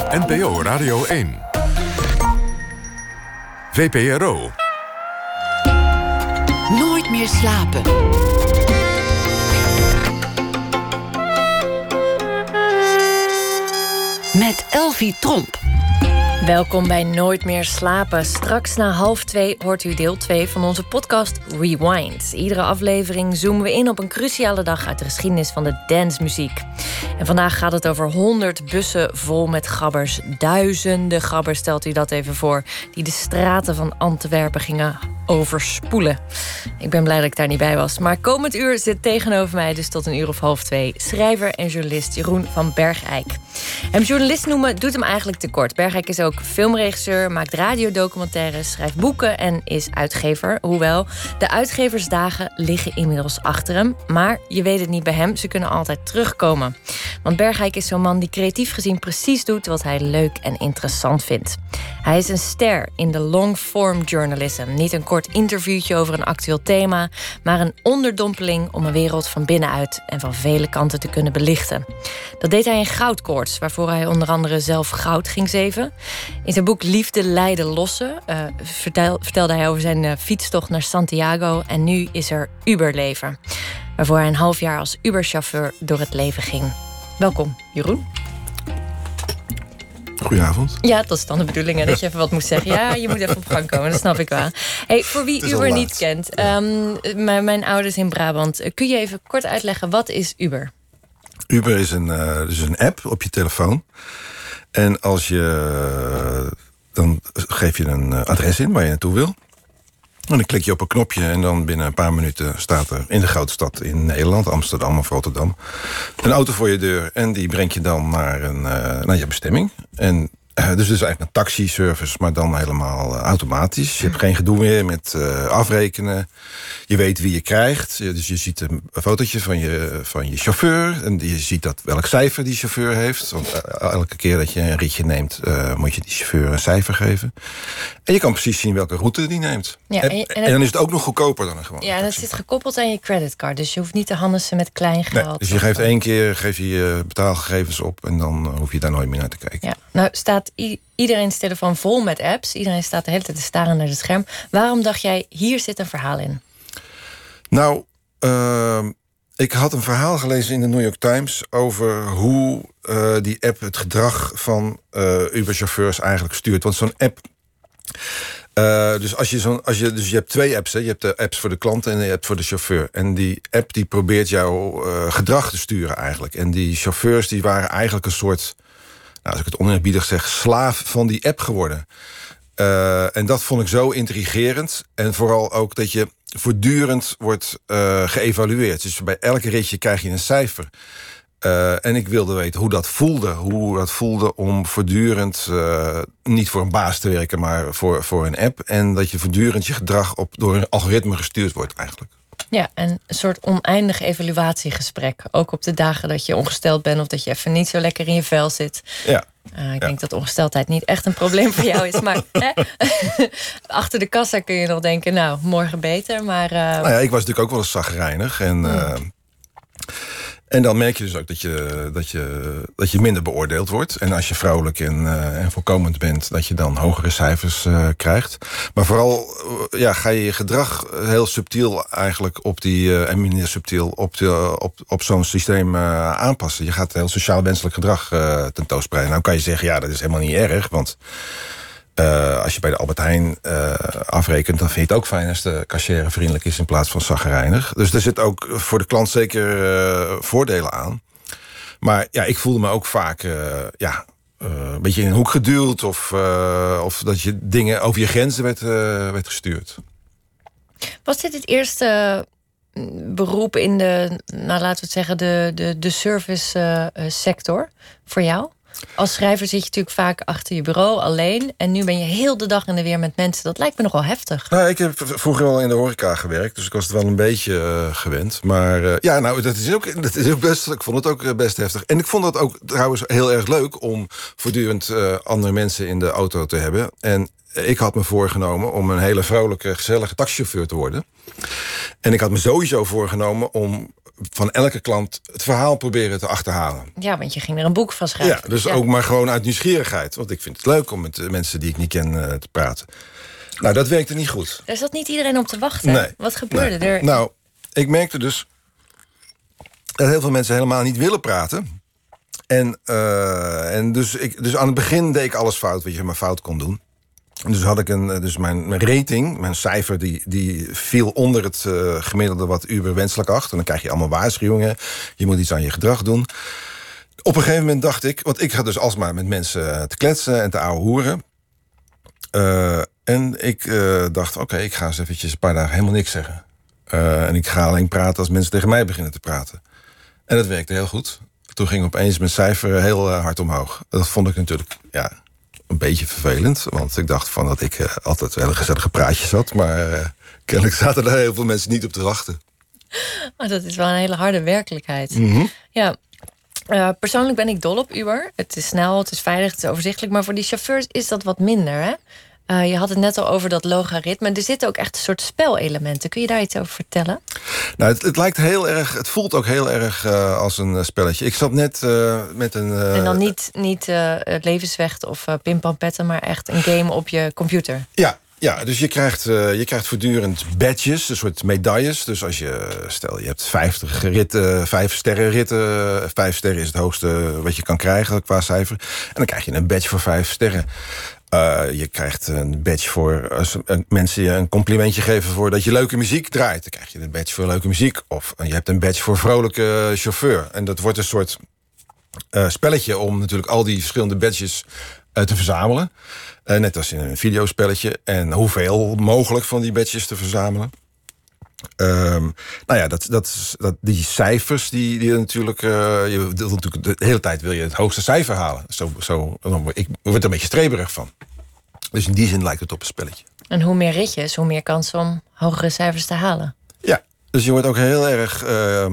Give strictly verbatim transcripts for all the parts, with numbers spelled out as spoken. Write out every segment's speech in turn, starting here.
N P O Radio één. V P R O. Nooit meer slapen. Met Elvie Tromp. Welkom bij Nooit meer slapen. Straks na half twee hoort u deel twee van onze podcast Rewind. Iedere aflevering zoomen we in op een cruciale dag uit de geschiedenis van de dancemuziek. En vandaag gaat het over honderd bussen vol met gabbers. Duizenden gabbers, stelt u dat even voor, die de straten van Antwerpen gingen overspoelen. Ik ben blij dat ik daar niet bij was. Maar komend uur zit tegenover mij, dus tot een uur of half twee, schrijver en journalist Jeroen van Bergijk. Hem journalist noemen doet hem eigenlijk tekort. Bergijk is ook filmregisseur, maakt radiodocumentaires, schrijft boeken en is uitgever. Hoewel, de uitgeversdagen liggen inmiddels achter hem. Maar je weet het niet bij hem, ze kunnen altijd terugkomen. Want Bergijk is zo'n man die creatief gezien precies doet wat hij leuk en interessant vindt. Hij is een ster in de long-form journalism. Niet een kort interviewtje over een actueel thema, maar een onderdompeling om een wereld van binnenuit en van vele kanten te kunnen belichten. Dat deed hij in Goudkoorts, waarvoor hij onder andere zelf goud ging zeven. In zijn boek Liefde, Lijden, Lossen uh, vertel, vertelde hij over zijn uh, fietstocht naar Santiago. En nu is er Uberleven, waarvoor hij een half jaar als Uberchauffeur door het leven ging. Welkom, Jeroen. Goedenavond. Ja, dat is dan de bedoeling, hè, dat je even wat moet zeggen. Ja, je moet even op gang komen, dat snap ik wel. Hey, voor wie Uber niet kent, um, mijn, mijn ouders in Brabant, kun je even kort uitleggen, wat is Uber? Uber is een, uh, dus een app op je telefoon. En als je, dan geef je een adres in waar je naartoe wil. En dan klik je op een knopje en dan binnen een paar minuten staat er in de grote stad in Nederland, Amsterdam of Rotterdam, een auto voor je deur en die brengt je dan naar, een, uh, naar je bestemming. En uh, dus het is eigenlijk een taxiservice, maar dan helemaal uh, automatisch. Je hebt geen gedoe meer met uh, afrekenen. Je weet wie je krijgt. Dus je ziet een fotootje van je, van je chauffeur. En je ziet dat welk cijfer die chauffeur heeft. Want uh, elke keer dat je een ritje neemt, uh, moet je die chauffeur een cijfer geven. En je kan precies zien welke route die neemt. Ja, en, en, het, en dan is het ook nog goedkoper dan een gewone Ja, en het zit gekoppeld aan je creditcard. Dus je hoeft niet te handelen met klein geld. Nee, dus je geeft één keer geef je, je betaalgegevens op en dan uh, hoef je daar nooit meer naar te kijken. Ja. Nou staat i- iedereen's telefoon vol met apps. Iedereen staat de hele tijd te staren naar het scherm. Waarom dacht jij, hier zit een verhaal in? Nou, uh, ik had een verhaal gelezen in de New York Times over hoe uh, die app het gedrag van uh, Uber-chauffeurs eigenlijk stuurt. Want zo'n app. Uh, dus als je zo'n, als je, dus je hebt twee apps, hè. Je hebt de apps voor de klant en de app voor de chauffeur. En die app die probeert jouw uh, gedrag te sturen eigenlijk. En die chauffeurs die waren eigenlijk een soort, nou, als ik het oneerbiedig zeg, slaaf van die app geworden. Uh, en dat vond ik zo intrigerend. En vooral ook dat je voortdurend wordt uh, geëvalueerd. Dus bij elke ritje krijg je een cijfer. Uh, en ik wilde weten hoe dat voelde. Hoe dat voelde om voortdurend uh, niet voor een baas te werken, maar voor, voor een app. En dat je voortdurend je gedrag op, door een algoritme gestuurd wordt eigenlijk. Ja, en een soort oneindig evaluatiegesprek. Ook op de dagen dat je ongesteld bent of dat je even niet zo lekker in je vel zit. Ja. Uh, ik ja. denk dat ongesteldheid niet echt een probleem voor jou is. Maar hè? Achter de kassa kun je nog denken, nou, morgen beter. Maar, uh... nou ja, ik was natuurlijk ook wel eens chagrijnig. En, uh, en dan merk je dus ook dat je, dat, je, dat je minder beoordeeld wordt. En als je vrolijk en, uh, en voorkomend bent, dat je dan hogere cijfers uh, krijgt. Maar vooral uh, ja, ga je je gedrag heel subtiel eigenlijk op die, uh, en minder subtiel op, de, op, op zo'n systeem uh, aanpassen. Je gaat heel sociaal wenselijk gedrag uh, tentoonspreiden. Nou kan je zeggen, ja, dat is helemaal niet erg, want Uh, als je bij de Albert Heijn uh, afrekent, dan vind je het ook fijn als de cashier vriendelijk is in plaats van chagrijnig. Dus er zit ook voor de klant zeker uh, voordelen aan. Maar ja, ik voelde me ook vaak uh, ja, uh, een beetje in een hoek geduwd, of, uh, of dat je dingen over je grenzen werd, uh, werd gestuurd. Was dit het eerste beroep in de, nou laten we het zeggen, de, de, de service uh, sector voor jou? Als schrijver zit je natuurlijk vaak achter je bureau alleen. En nu ben je heel de dag in de weer met mensen. Dat lijkt me nogal heftig. Nou, ik heb vroeger wel in de horeca gewerkt. Dus ik was het wel een beetje uh, gewend. Maar uh, ja, nou, dat is, ook, dat is ook best. Ik vond het ook best heftig. En ik vond het ook trouwens heel erg leuk om voortdurend uh, andere mensen in de auto te hebben. En ik had me voorgenomen om een hele vrolijke, gezellige taxichauffeur te worden. En ik had me sowieso voorgenomen om van elke klant het verhaal proberen te achterhalen. Ja, want je ging er een boek van schrijven. Ja, dus ja. ook maar gewoon uit nieuwsgierigheid. Want ik vind het leuk om met de mensen die ik niet ken uh, te praten. Nou, dat werkte niet goed. Daar zat niet iedereen op te wachten. Nee. Wat gebeurde nee. er? Nou, ik merkte dus dat heel veel mensen helemaal niet willen praten. En, uh, en dus, ik, dus aan het begin deed ik alles fout wat je maar fout kon doen. En dus had ik een, dus mijn, mijn rating, mijn cijfer, die, die viel onder het uh, gemiddelde wat Uber wenselijk acht. En dan krijg je allemaal waarschuwingen. Je moet iets aan je gedrag doen. Op een gegeven moment dacht ik, want ik ga dus alsmaar met mensen te kletsen en te ouwe hoeren. Uh, en ik uh, dacht, oké, okay, ik ga eens eventjes een paar dagen helemaal niks zeggen. Uh, en ik ga alleen praten als mensen tegen mij beginnen te praten. En dat werkte heel goed. Toen ging opeens mijn cijfer heel uh, hard omhoog. Dat vond ik natuurlijk, ja, een beetje vervelend. Want ik dacht van dat ik uh, altijd hele gezellige praatjes had. Maar uh, kennelijk zaten daar heel veel mensen niet op te wachten. Oh, dat is wel een hele harde werkelijkheid. Mm-hmm. Ja. Uh, persoonlijk ben ik dol op Uber. Het is snel, het is veilig, het is overzichtelijk. Maar voor die chauffeurs is dat wat minder, hè? Uh, je had het net al over dat logaritme. Er zitten ook echt een soort spelelementen. Kun je daar iets over vertellen? Nou, het, het lijkt heel erg. Het voelt ook heel erg uh, als een spelletje. Ik zat net uh, met een. Uh, en dan niet, niet uh, levensvecht of uh, pimpampetten, maar echt een game op je computer. Ja. Ja, dus je krijgt, uh, je krijgt voortdurend badges, een soort medailles. Dus als je, stel je hebt vijftig ritten, vijf sterren ritten. Vijf sterren is het hoogste wat je kan krijgen qua cijfer. En dan krijg je een badge voor vijf sterren. Uh, je krijgt een badge voor als mensen je een complimentje geven voor dat je leuke muziek draait. Dan krijg je een badge voor leuke muziek. Of je hebt een badge voor vrolijke chauffeur. En dat wordt een soort uh, spelletje om natuurlijk al die verschillende badges uh, te verzamelen. Uh, net als in een videospelletje. En hoeveel mogelijk van die badges te verzamelen. Um, nou ja, dat, dat, dat, die cijfers, die, die natuurlijk, uh, je, dat, natuurlijk... De hele tijd wil je het hoogste cijfer halen. Zo, zo, ik word er een beetje streberig van. Dus in die zin lijkt het op een spelletje. En hoe meer ritjes, hoe meer kans om hogere cijfers te halen. Ja, dus je wordt ook heel erg... Uh,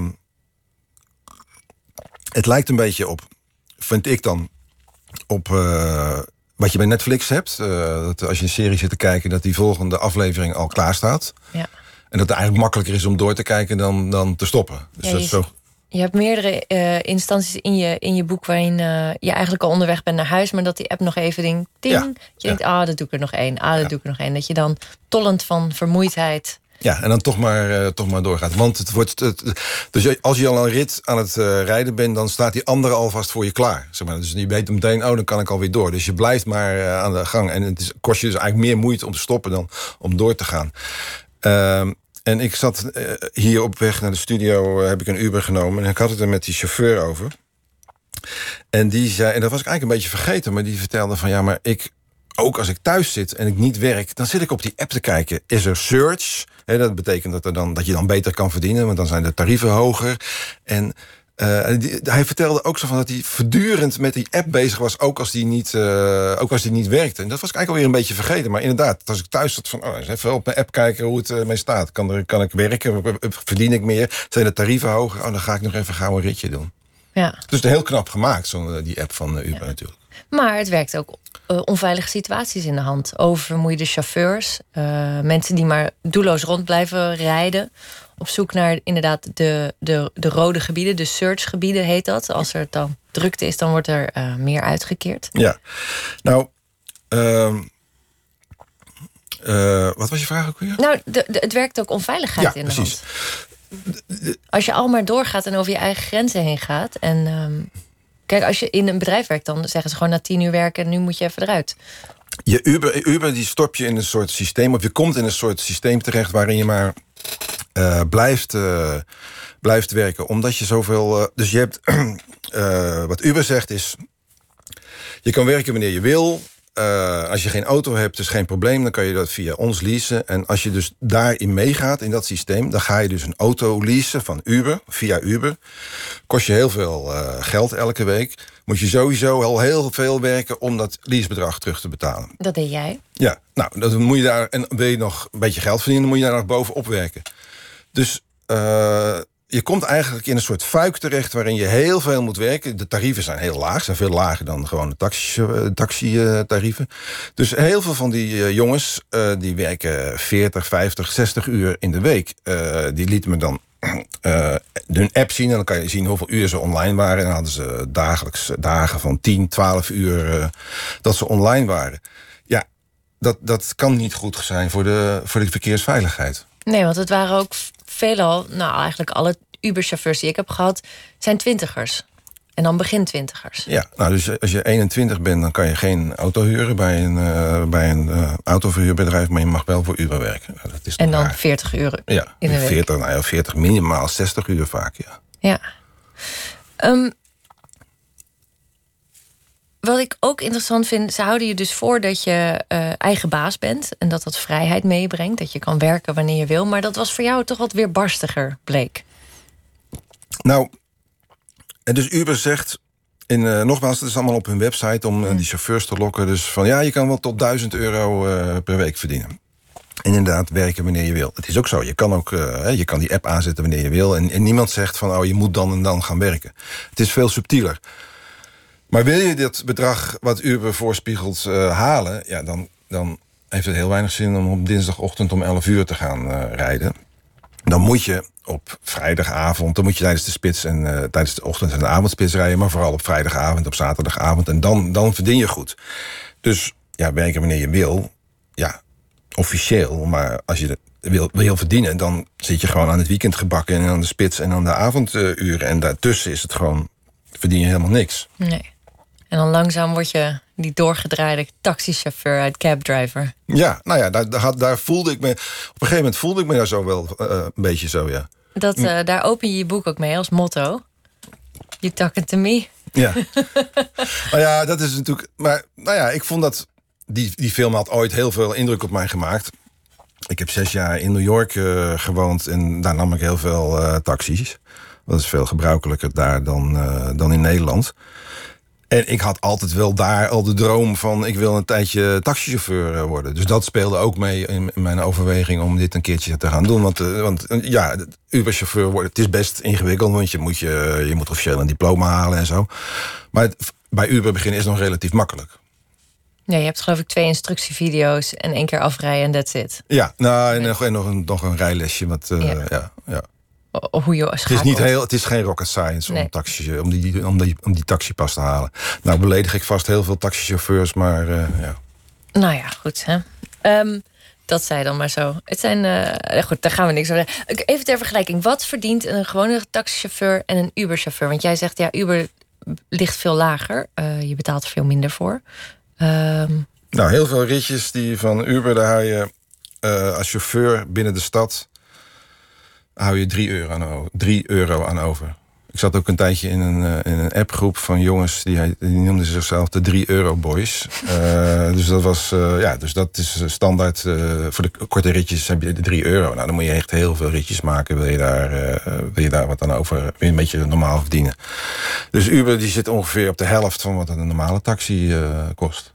het lijkt een beetje op, vind ik dan, op... Uh, wat je bij Netflix hebt. Uh, dat als je een serie zit te kijken, dat die volgende aflevering al klaar staat. Ja. En dat het eigenlijk makkelijker is om door te kijken dan, dan te stoppen. Dus ja, dat je, is zo... je hebt meerdere uh, instanties in je, in je boek waarin uh, je eigenlijk al onderweg bent naar huis, maar dat die app nog even ding, ding. Ja. Je ja. denkt, ah, dat doe ik er nog één. Ah, dat ja. doe ik er nog één. Dat je dan tollend van vermoeidheid. Ja, en dan toch maar, uh, toch maar doorgaat. Want het wordt. Het, dus als je al een rit aan het uh, rijden bent, dan staat die andere alvast voor je klaar. Zeg maar. Dus je weet meteen, oh, dan kan ik alweer door. Dus je blijft maar uh, aan de gang. En het is, kost je dus eigenlijk meer moeite om te stoppen dan om door te gaan. Uh, en ik zat uh, hier op weg naar de studio, uh, heb ik een Uber genomen. En ik had het er met die chauffeur over. En die zei, en dat was ik eigenlijk een beetje vergeten, maar die vertelde van ja, maar ik. Ook als ik thuis zit en ik niet werk, dan zit ik op die app te kijken. Is er search? He, dat betekent dat, er dan, dat je dan beter kan verdienen, want dan zijn de tarieven hoger. En uh, die, hij vertelde ook zo van dat hij voortdurend met die app bezig was, ook als die niet, uh, ook als die niet werkte. En dat was ik eigenlijk alweer een beetje vergeten. Maar inderdaad, als ik thuis zat van, oh, eens even op mijn app kijken hoe het uh, mee staat. Kan, er, kan ik werken? Verdien ik meer? Zijn de tarieven hoger? Oh, dan ga ik nog even gauw een ritje doen. Ja. Dus heel knap gemaakt, zo, die app van uh, Uber ja. natuurlijk. Maar het werkt ook uh, onveilige situaties in de hand. Oververmoeide chauffeurs. Uh, mensen die maar doelloos rond blijven rijden. Op zoek naar inderdaad de, de, de rode gebieden. De searchgebieden heet dat. Als er dan drukte is, dan wordt er uh, meer uitgekeerd. Ja, nou... Uh, uh, wat was je vraag ook weer? Nou, de, de, het werkt ook onveiligheid ja, in de precies. hand. Als je al maar doorgaat en over je eigen grenzen heen gaat. En um, kijk, als je in een bedrijf werkt, dan zeggen ze gewoon na tien uur werken en nu moet je even eruit. Je Uber, Uber die stop je in een soort systeem, of je komt in een soort systeem terecht waarin je maar uh, blijft, uh, blijft werken. Omdat je zoveel. Uh, dus je hebt. uh, wat Uber zegt is. Je kan werken wanneer je wil. Uh, als je geen auto hebt, is geen probleem. Dan kan je dat via ons leasen. En als je dus daarin meegaat, in dat systeem, dan ga je dus een auto leasen van Uber, via Uber. Kost je heel veel uh, geld elke week. Moet je sowieso al heel veel werken om dat leasebedrag terug te betalen. Dat deed jij? Ja, nou, dan moet je daar, en wil je nog een beetje geld verdienen, dan moet je daar nog bovenop werken. Dus uh, je komt eigenlijk in een soort fuik terecht waarin je heel veel moet werken. De tarieven zijn heel laag, zijn veel lager dan gewoon de taxi-tarieven. Taxi, dus heel veel van die uh, jongens, uh, die werken veertig, vijftig, zestig uur in de week. Uh, die lieten me dan uh, hun app zien. En dan kan je zien hoeveel uur ze online waren. En dan hadden ze dagelijks dagen van tien, twaalf uur uh, dat ze online waren. Ja, dat, dat kan niet goed zijn voor de, voor de verkeersveiligheid. Nee, want het waren ook veelal, nou eigenlijk alle Uber-chauffeurs die ik heb gehad, zijn twintigers. En dan begin twintigers. Ja, nou dus als je eenentwintig bent, dan kan je geen auto huren bij een, uh, bij een uh, autoverhuurbedrijf, maar je mag wel voor Uber werken. Nou, dat is en dan raar. veertig uur ja, in de week. veertig, nou ja, veertig minimaal, zestig uur vaak, ja. Ja. Um, wat ik ook interessant vind, ze houden je dus voor dat je uh, eigen baas bent en dat dat vrijheid meebrengt, dat je kan werken wanneer je wil, maar dat was voor jou toch wat weerbarstiger, bleek. Nou, en dus Uber zegt, in, uh, nogmaals, het is allemaal op hun website om uh, die chauffeurs te lokken. Dus van ja, je kan wel tot duizend euro uh, per week verdienen. En inderdaad, werken wanneer je wil. Het is ook zo, je kan ook uh, je kan die app aanzetten wanneer je wil. En, en niemand zegt van, oh, je moet dan en dan gaan werken. Het is veel subtieler. Maar wil je dit bedrag wat Uber voorspiegelt uh, halen, ja, dan, dan heeft het heel weinig zin om op dinsdagochtend om elf uur te gaan uh, rijden. Dan moet je op vrijdagavond, dan moet je tijdens de spits en uh, tijdens de ochtend- en de avondspits rijden, maar vooral op vrijdagavond, op zaterdagavond. En dan, dan verdien je goed. Dus ja, werken wanneer je wil, ja, officieel. Maar als je wil, wil verdienen, dan zit je gewoon aan het weekend gebakken en aan de spits en aan de avonduren. En daartussen is het gewoon, verdien je helemaal niks. Nee. En dan langzaam word je die doorgedraaide taxichauffeur uit cabdriver. Ja, nou ja, daar, daar, daar voelde ik me, op een gegeven moment voelde ik me daar zo wel uh, een beetje zo, ja. Dat, uh, daar open je je boek ook mee als motto. You talking to me? Ja. Nou ja, dat is natuurlijk, maar nou ja, ik vond dat, die, die film had ooit heel veel indruk op mij gemaakt. Ik heb zes jaar in New York uh, gewoond en daar nam ik heel veel uh, taxis. Dat is veel gebruikelijker daar dan, uh, dan in Nederland. En ik had altijd wel daar al de droom van, ik wil een tijdje taxichauffeur worden. Dus dat speelde ook mee in, in mijn overweging om dit een keertje te gaan doen. Want, uh, want uh, ja, Uber-chauffeur worden, het is best ingewikkeld, want je moet, je, je moet officieel een diploma halen en zo. Maar het, bij Uber beginnen is nog relatief makkelijk. Ja, je hebt geloof ik twee instructievideo's en één keer afrijden en that's it. Ja, nou, en, nog, en nog, een, nog een rijlesje. Wat, uh, ja. Ja, ja. O, hoe je schakelt. Het is niet heel, het is geen rocket science nee. om, taxi, om, die, om, die, om die taxipas te halen. Nou beledig ik vast heel veel taxichauffeurs, maar uh, ja. Nou ja, goed hè. Um, dat zei dan maar zo. Het zijn, uh, goed, daar gaan we niks over zeggen. Even ter vergelijking, wat verdient een gewone taxichauffeur en een Uber-chauffeur? Want jij zegt, ja, Uber ligt veel lager. Uh, je betaalt er veel minder voor. Um... Nou, heel veel ritjes die van Uber, daar hou je uh, als chauffeur binnen de stad, hou je drie euro aan, drie euro aan over. Ik zat ook een tijdje in een, uh, in een appgroep van jongens, die, die noemden zichzelf de drie euro boys. Uh, dus dat was, uh, ja, dus dat is standaard. Uh, voor de korte ritjes heb je de drie euro. Nou, dan moet je echt heel veel ritjes maken. Wil je daar, uh, wil je daar wat aan over, wil je een beetje normaal verdienen. Dus Uber die zit ongeveer op de helft van wat een normale taxi uh, kost.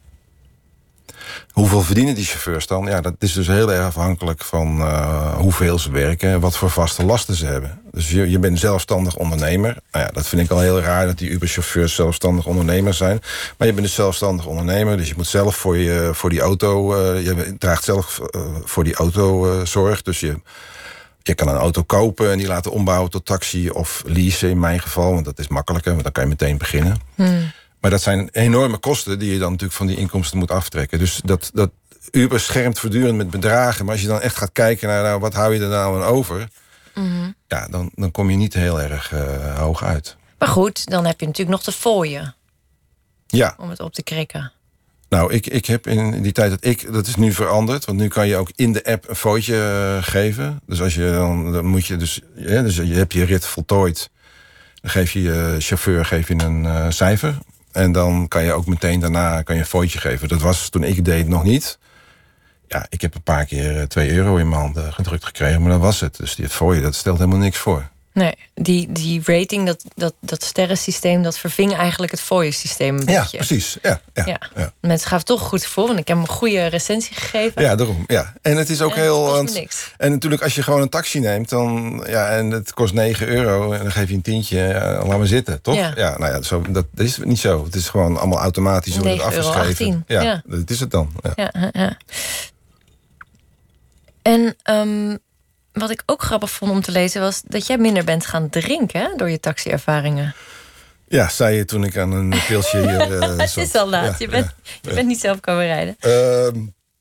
Hoeveel verdienen die chauffeurs dan? Ja, dat is dus heel erg afhankelijk van uh, hoeveel ze werken en wat voor vaste lasten ze hebben. Dus je, je bent zelfstandig ondernemer. Nou ja, dat vind ik al heel raar dat die Uber-chauffeurs zelfstandig ondernemers zijn. Maar je bent dus zelfstandig ondernemer, dus je moet zelf voor, je, voor die auto, uh, je draagt zelf uh, voor die auto uh, zorg. Dus je, je kan een auto kopen en die laten ombouwen tot taxi of leasen in mijn geval, want dat is makkelijker, want dan kan je meteen beginnen. Hmm. Maar dat zijn enorme kosten die je dan natuurlijk van die inkomsten moet aftrekken. Dus dat, dat Uber schermt voortdurend met bedragen. Maar als je dan echt gaat kijken naar nou, wat hou je er nou aan over, mm-hmm. ja, dan, dan kom je niet heel erg uh, hoog uit. Maar goed, dan heb je natuurlijk nog de fooien. Ja. Om het op te krikken. Nou, ik, ik heb in die tijd dat ik, dat is nu veranderd. Want nu kan je ook in de app een footje uh, geven. Dus als je dan, dan moet je dus, ja, dus je hebt je rit voltooid. Dan geef je je chauffeur geef je een uh, cijfer. En dan kan je ook meteen daarna kan je een footje geven. Dat was toen ik deed nog niet. Ja, ik heb een paar keer twee euro in mijn handen gedrukt gekregen, maar dat was het. Dus die fooie, dat stelt helemaal niks voor. Nee, die, die rating, dat, dat, dat sterrensysteem, dat verving eigenlijk het fooie-systeem een ja, beetje. Precies. Ja, ja, ja. ja. Mensen gaven toch goed voor, want ik heb hem een goede recensie gegeven. Ja, daarom. Ja. En het is ook en heel. Het niks. En natuurlijk, als je gewoon een taxi neemt, dan ja, en het kost negen euro en dan geef je een tientje, ja, laat maar zitten, toch? Ja, ja nou ja, zo, dat, dat is niet zo. Het is gewoon allemaal automatisch wordt het afgeschreven. Ja, ja, dat is het dan. Ja. Ja, ja. En um, wat ik ook grappig vond om te lezen was dat jij minder bent gaan drinken, hè, door je taxi-ervaringen. Ja, zei je toen ik aan een pilsje hier uh, Het zat. is al laat. Ja, je bent, ja, je ja. bent niet zelf komen rijden. Uh,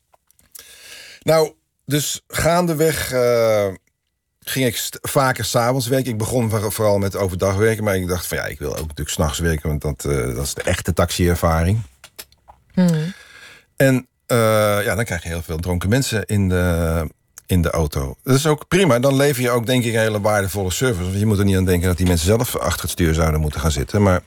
nou, dus gaandeweg uh, ging ik st- vaker 's avonds werken. Ik begon vooral met overdag werken, maar ik dacht van ja, ik wil ook natuurlijk 's nachts werken, want dat, uh, dat is de echte taxi-ervaring. Hmm. En uh, ja, dan krijg je heel veel dronken mensen in de, in de auto. Dat is ook prima. Dan lever je ook, denk ik, een hele waardevolle service. Want je moet er niet aan denken dat die mensen zelf achter het stuur zouden moeten gaan zitten. Maar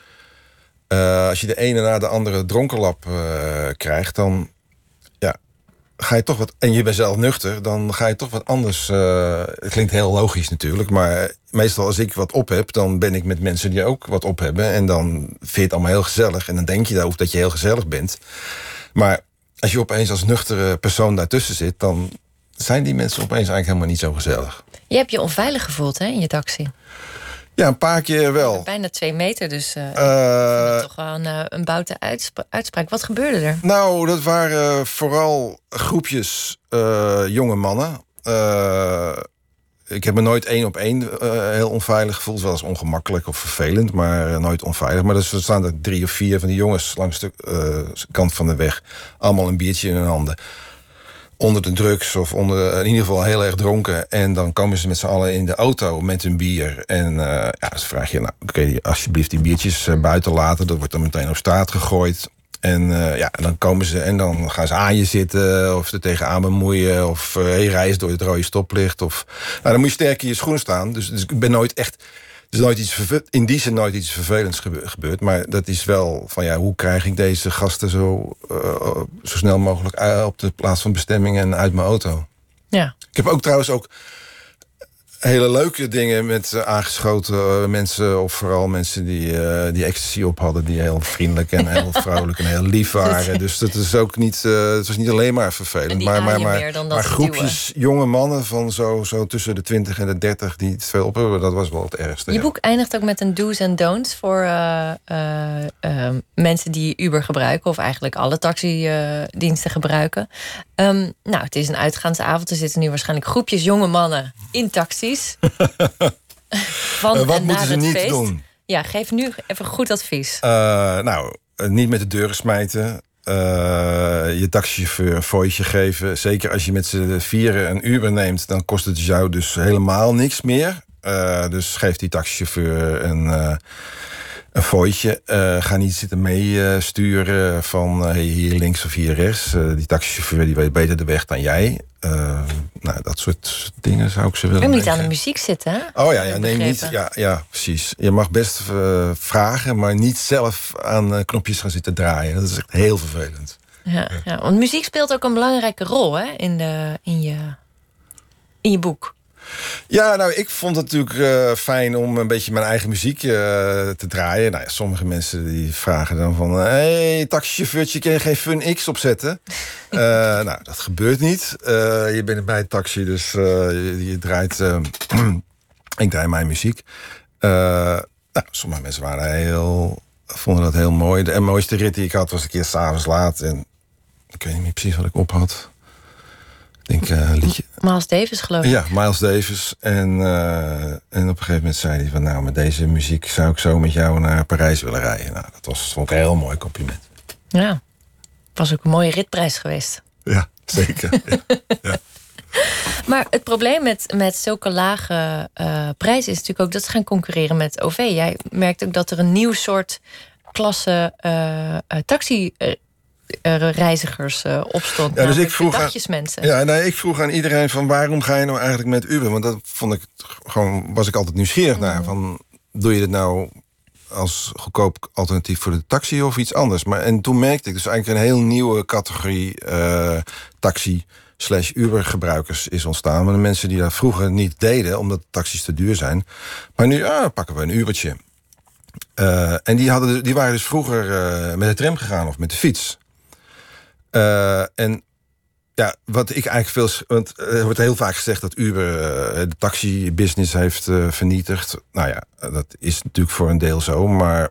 uh, als je de ene na de andere dronkenlap uh, krijgt, dan ja, ga je toch wat. En je bent zelf nuchter, dan ga je toch wat anders. Uh, het klinkt heel logisch natuurlijk, maar meestal als ik wat op heb, dan ben ik met mensen die ook wat op hebben. En dan vind je het allemaal heel gezellig. En dan denk je ook dat je heel gezellig bent. Maar als je opeens als nuchtere persoon daartussen zit, dan zijn die mensen opeens eigenlijk helemaal niet zo gezellig. Je hebt je onveilig gevoeld, hè, in je taxi. Ja, een paar keer wel. Bijna twee meter, dus uh, Uh, ik vond het toch wel een, uh, een boute uitspra- uitspraak. Wat gebeurde er? Nou, dat waren vooral groepjes uh, jonge mannen. Uh, ik heb me nooit één op één uh, heel onveilig gevoeld. Wel eens ongemakkelijk of vervelend, maar uh, nooit onveilig. Maar dus er staan er drie of vier van die jongens langs de uh, kant van de weg. Allemaal een biertje in hun handen. Onder de drugs of onder, in ieder geval heel erg dronken. En dan komen ze met z'n allen in de auto met hun bier. En uh, ja, dan vraag je, nou, kun je alsjeblieft die biertjes uh, buiten laten. Dat wordt dan meteen op straat gegooid. En uh, ja, dan komen ze en dan gaan ze aan je zitten of er tegenaan bemoeien. Of uh, hey, reis door het rode stoplicht. Of, nou, dan moet je sterk in je schoenen staan. Dus, dus ik ben nooit echt. Er is nooit iets verve- in die zin nooit iets vervelends gebe- gebeurd. Maar dat is wel van ja, hoe krijg ik deze gasten zo, uh, zo snel mogelijk uh, op de plaats van bestemming en uit mijn auto. Ja. Ik heb ook trouwens ook hele leuke dingen met uh, aangeschoten uh, mensen, of vooral mensen die, uh, die ecstasy op hadden, die heel vriendelijk en heel vrolijk en heel lief waren. Dus dat is ook niet, uh, het was niet alleen maar vervelend, maar, maar, maar, maar groepjes jonge mannen van zo, zo tussen de twintig en de dertig die het veel op hebben, dat was wel het ergste. Je ja. boek eindigt ook met een do's en don'ts voor uh, uh, uh, mensen die Uber gebruiken, of eigenlijk alle taxidiensten uh, gebruiken. Um, nou, het is een uitgaansavond. Er zitten nu waarschijnlijk groepjes jonge mannen in taxis. Van uh, wat en moeten naar ze het niet feest. doen? Ja, geef nu even goed advies. Uh, nou, uh, niet met de deuren smijten. Uh, je taxichauffeur een fooitje geven. Zeker als je met z'n vieren een Uber neemt, dan kost het jou dus helemaal niks meer. Uh, dus geef die taxichauffeur een, uh, een fooitje. Uh, ga niet zitten meesturen uh, van uh, hier links of hier rechts. Uh, die taxichauffeur die weet beter de weg dan jij. Uh, nou, dat soort dingen zou ik ze willen. Je moet niet meegeven. aan de muziek zitten, hè? Oh ja, ja neem niet. Ja, ja, precies. Je mag best uh, vragen, maar niet zelf aan uh, knopjes gaan zitten draaien. Dat is echt heel vervelend. Ja, ja, want muziek speelt ook een belangrijke rol, hè, in, de, in, je, in je boek. Ja, nou, ik vond het natuurlijk uh, fijn om een beetje mijn eigen muziek uh, te draaien. Nou ja, sommige mensen die vragen dan van, hé, hey, taxichauffeurtje, kun je geen Fun X opzetten? uh, nou, dat gebeurt niet. Uh, je bent bij het taxi, dus uh, je, je draait... Uh, ik draai mijn muziek. Uh, nou, sommige mensen waren heel... vonden dat heel mooi. De mooiste rit die ik had was een keer 's avonds laat. En ik weet niet meer precies wat ik op had. Ik denk, uh, liedje. Miles Davis, geloof ik. Ja, Miles Davis. En, uh, en op een gegeven moment zei hij van, nou, met deze muziek zou ik zo met jou naar Parijs willen rijden. Nou, dat was, vond ik een heel mooi compliment. Ja, was ook een mooie ritprijs geweest. Ja, zeker. ja. Ja. Maar het probleem met, met zulke lage uh, prijzen is natuurlijk ook dat ze gaan concurreren met O V. Jij merkt ook dat er een nieuw soort klasse uh, uh, taxi... Uh, reizigers uh, opstond. Ja, dus ik vroeg aan, mensen. Ja, nee, ik vroeg aan iedereen van waarom ga je nou eigenlijk met Uber? Want dat vond ik gewoon, was ik altijd nieuwsgierig naar. Mm. Van, doe je dit nou als goedkoop alternatief voor de taxi of iets anders? Maar en toen merkte ik dus eigenlijk een heel nieuwe categorie uh, taxi slash Uber gebruikers is ontstaan. Maar de mensen die dat vroeger niet deden, omdat taxis te duur zijn. Maar nu ah, pakken we een Ubertje. Uh, en die, hadden, die waren dus vroeger uh, met de tram gegaan of met de fiets. Uh, en ja, wat ik eigenlijk veel... Want er wordt heel vaak gezegd dat Uber uh, de taxi-business heeft uh, vernietigd. Nou ja, dat is natuurlijk voor een deel zo. Maar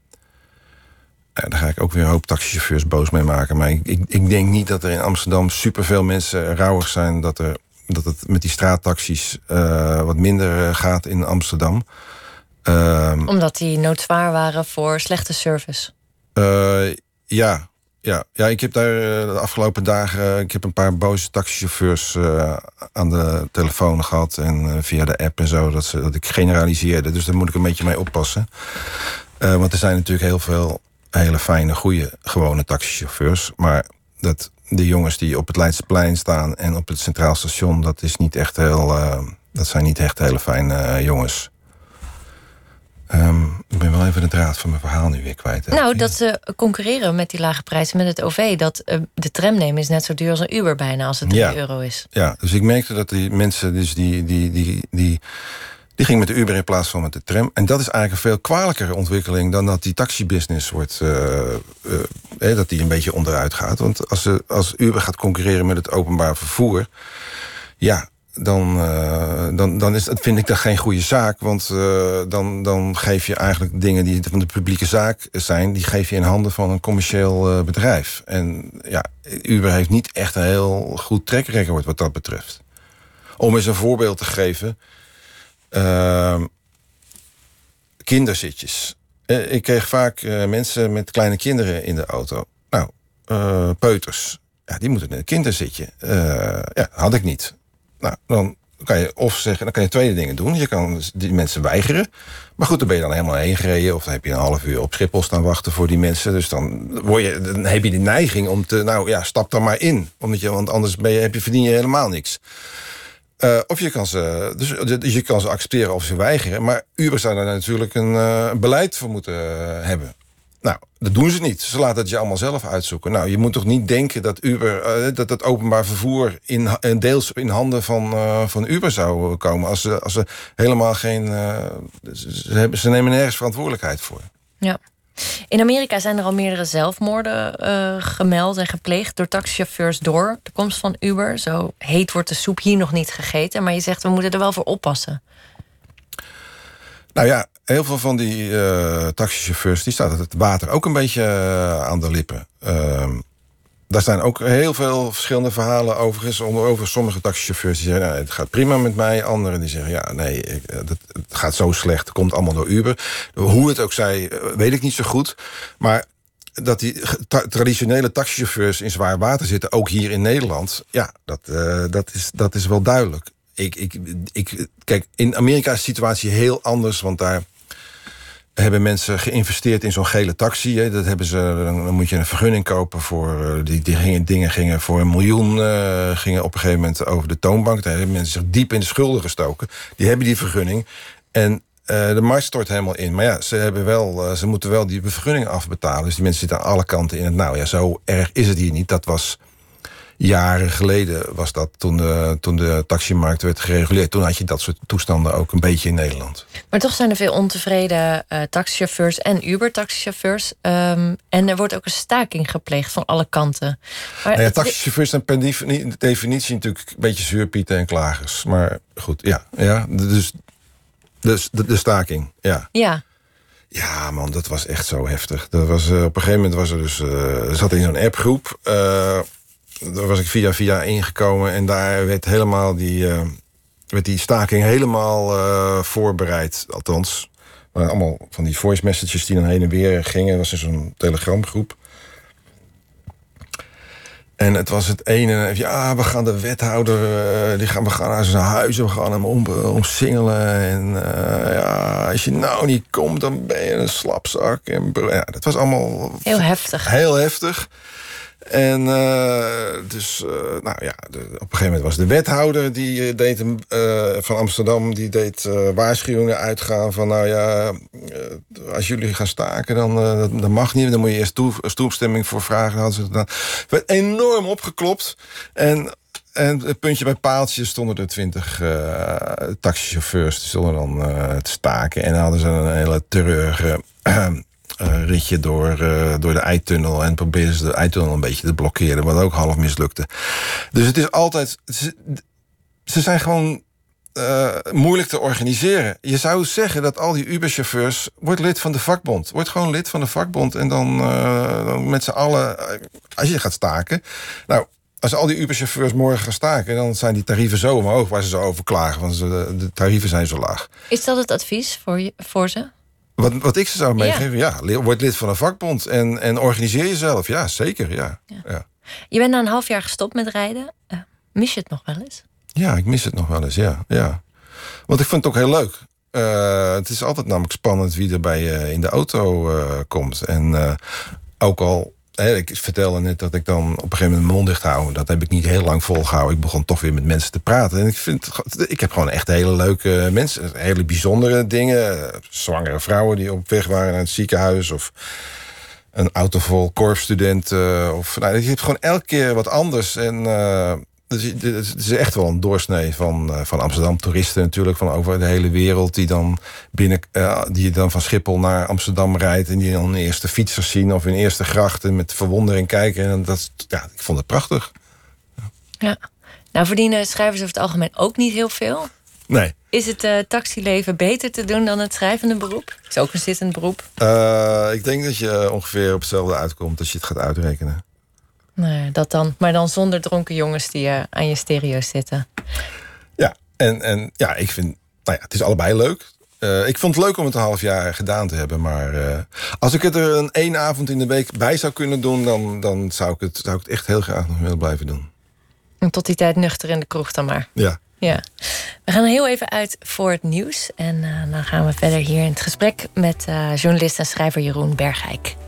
ja, daar ga ik ook weer een hoop taxichauffeurs boos mee maken. Maar ik, ik, ik denk niet dat er in Amsterdam superveel mensen rouwig zijn dat er dat het met die straattaxis uh, wat minder gaat in Amsterdam. Uh, Omdat die noodzwaar waren voor slechte service? Uh, ja. Ja, ja, ik heb daar uh, de afgelopen dagen... ik heb een paar boze taxichauffeurs uh, aan de telefoon gehad... en uh, via de app en zo, dat, ze, dat ik generaliseerde. Dus daar moet ik een beetje mee oppassen. Uh, want er zijn natuurlijk heel veel hele fijne, goede, gewone taxichauffeurs. Maar dat de jongens die op het Leidseplein staan en op het Centraal Station... dat is niet echt heel, uh, dat zijn niet echt hele fijne uh, jongens. Um, ik ben wel even de draad van mijn verhaal nu weer kwijt. Hè? Nou, dat ze concurreren met die lage prijzen met het O V. Dat uh, de tram nemen is net zo duur als een Uber bijna, als het drie ja. euro is. Ja, dus ik merkte dat die mensen, dus die, die, die, die, die gingen met de Uber in plaats van met de tram. En dat is eigenlijk een veel kwalijkere ontwikkeling dan dat die taxibusiness wordt, uh, uh, eh, dat die een beetje onderuit gaat. Want als, ze, als Uber gaat concurreren met het openbaar vervoer, ja. Dan, uh, dan, dan is dat, vind ik dat geen goede zaak. Want uh, dan, dan geef je eigenlijk dingen die van de publieke zaak zijn... die geef je in handen van een commercieel uh, bedrijf. En ja, Uber heeft niet echt een heel goed track record wat dat betreft. Om eens een voorbeeld te geven. Uh, kinderzitjes. Uh, ik kreeg vaak uh, mensen met kleine kinderen in de auto. Nou, uh, peuters. Ja, die moeten in een kinderzitje. Uh, ja, had ik niet. Nou, dan kan je of zeggen, dan kan je twee dingen doen. Je kan die mensen weigeren. Maar goed, dan ben je dan helemaal heen gereden. Of dan heb je een half uur op Schiphol staan wachten voor die mensen. Dus dan, word je, dan heb je de neiging om te, nou ja, stap dan maar in. Omdat je, want anders ben je, heb je, verdien je helemaal niks. Uh, of je kan, ze, dus, dus je kan ze accepteren of ze weigeren. Maar Uber zou daar natuurlijk een uh, beleid voor moeten uh, hebben. Nou, dat doen ze niet. Ze laten het je allemaal zelf uitzoeken. Nou, je moet toch niet denken dat Uber, uh, dat het openbaar vervoer in, in deels in handen van, uh, van Uber zou komen. Als ze, als ze helemaal geen. Uh, ze, hebben, ze nemen nergens verantwoordelijkheid voor. Ja. In Amerika zijn er al meerdere zelfmoorden uh, gemeld en gepleegd door taxichauffeurs door de komst van Uber. Zo heet wordt de soep hier nog niet gegeten. Maar je zegt, we moeten er wel voor oppassen. Nou ja, heel veel van die uh, taxichauffeurs, die staat het water ook een beetje uh, aan de lippen. Uh, daar staan ook heel veel verschillende verhalen overigens over sommige taxichauffeurs die zeggen, nou, het gaat prima met mij. Anderen die zeggen, ja, nee, ik, dat, het gaat zo slecht, het komt allemaal door Uber. Hoe het ook zij, weet ik niet zo goed. Maar dat die ta- traditionele taxichauffeurs in zwaar water zitten, ook hier in Nederland, ja, dat, uh, dat, is, dat is wel duidelijk. Ik, ik, ik, kijk, in Amerika is de situatie heel anders, want daar hebben mensen geïnvesteerd in zo'n gele taxi. Hè. Dat hebben ze, dan moet je een vergunning kopen voor. Die, die gingen, dingen gingen voor een miljoen. Uh, gingen op een gegeven moment over de toonbank. Daar hebben mensen zich diep in de schulden gestoken. Die hebben die vergunning. En uh, de markt stort helemaal in. Maar ja, ze, hebben wel, uh, ze moeten wel die vergunning afbetalen. Dus die mensen zitten aan alle kanten in het nauw. Ja, zo erg is het hier niet. Dat was jaren geleden was dat, toen de, toen de taximarkt werd gereguleerd. Toen had je dat soort toestanden ook een beetje in Nederland. Maar toch zijn er veel ontevreden uh, taxichauffeurs en Uber-taxichauffeurs. Um, en er wordt ook een staking gepleegd van alle kanten. Maar nou ja, taxichauffeurs zijn per definitie natuurlijk een beetje zuurpieten en klagers. Maar goed, ja. ja dus, dus de, de staking, ja. Ja. Ja, man, dat was echt zo heftig. Dat was, uh, op een gegeven moment was er dus... Uh, zat in zo'n appgroep... Uh, Daar was ik via via ingekomen en daar werd helemaal die, uh, werd die staking helemaal uh, voorbereid. Althans, uh, allemaal van die voice messages die dan heen en weer gingen. Dat was in zo'n telegramgroep. En het was het ene, ja, we gaan de wethouder, uh, die gaan, we gaan naar zijn huis, we gaan hem om, omsingelen. En uh, ja, als je nou niet komt, dan ben je een slapzak. En, ja, dat was allemaal heel heftig. Heel heftig. En uh, dus, uh, nou ja, de, op een gegeven moment was de wethouder die uh, deed hem uh, van Amsterdam, die deed uh, waarschuwingen uitgaan van, nou ja, uh, als jullie gaan staken, dan uh, dat mag niet, dan moet je eerst toe, toestemming voor vragen. Hadden ze dan. Het werd enorm opgeklopt en en het puntje bij paaltje stonden er twintig uh, taxichauffeurs, die stonden dan uh, te staken en dan hadden ze een hele terreur. Uh, Uh, ritje door, uh, door de eitunnel en probeerden ze de eitunnel een beetje te blokkeren, wat ook half mislukte. Dus het is altijd... Ze, ze zijn gewoon uh, moeilijk te organiseren. Je zou zeggen dat al die Uber-chauffeurs... Word lid van de vakbond. Word gewoon lid van de vakbond en dan, uh, dan met z'n allen... Uh, als je gaat staken... Nou, als al die Uber-chauffeurs morgen gaan staken, dan zijn die tarieven zo omhoog waar ze zo over klagen. Want de, de tarieven zijn zo laag. Is dat het advies voor, je, voor ze? Wat, wat ik ze zou meegeven, ja, ja word lid van een vakbond en, en organiseer jezelf. Ja, zeker, ja. ja. ja. Je bent na een half jaar gestopt met rijden. Uh, mis je het nog wel eens? Ja, ik mis het nog wel eens, ja. ja. Want ik vind het ook heel leuk. Uh, het is altijd namelijk spannend wie er bij je in de auto uh, komt. En uh, ook al, hè, ik vertelde net dat ik dan op een gegeven moment mijn mond dicht hou. Dat heb ik niet heel lang volgehouden. Ik begon toch weer met mensen te praten. En ik, vind, ik heb gewoon echt hele leuke mensen. Hele bijzondere dingen. Zwangere vrouwen die op weg waren naar het ziekenhuis. Of een auto vol korpsstudenten. Of, nou, je hebt gewoon elke keer wat anders. En uh, het is echt wel een doorsnee van, uh, van Amsterdam. Toeristen natuurlijk van over de hele wereld. Die dan, binnen, uh, die dan van Schiphol naar Amsterdam rijdt. En die dan hun eerste fietsers zien. Of hun eerste grachten met verwondering kijken. En dat, ja, ik vond het prachtig. Ja. ja. Nou verdienen schrijvers over het algemeen ook niet heel veel. Nee. Is het uh, taxileven beter te doen dan het schrijvende beroep? Is ook een zittend beroep? Uh, ik denk dat je ongeveer op hetzelfde uitkomt als je het gaat uitrekenen. Nou, dat dan. Maar dan zonder dronken jongens die uh, aan je stereo's zitten. Ja, en, en ja, ik vind... Nou ja, het is allebei leuk. Uh, ik vond het leuk om het een half jaar gedaan te hebben. Maar uh, als ik het er een één avond in de week bij zou kunnen doen... dan, dan zou, ik het, zou ik het echt heel graag nog willen blijven doen. En tot die tijd nuchter in de kroeg dan maar. Ja. Ja. We gaan heel even uit voor het nieuws. En uh, dan gaan we verder hier in het gesprek met uh, journalist en schrijver Jeroen Bergijk.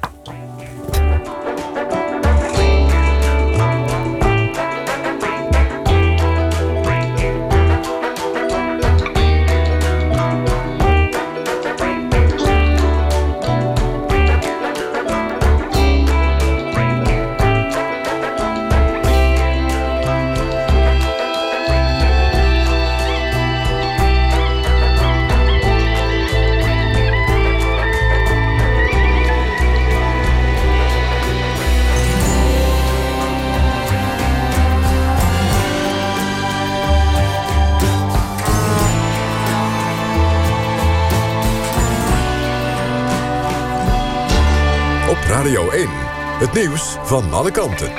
Radio één, het nieuws van alle kanten.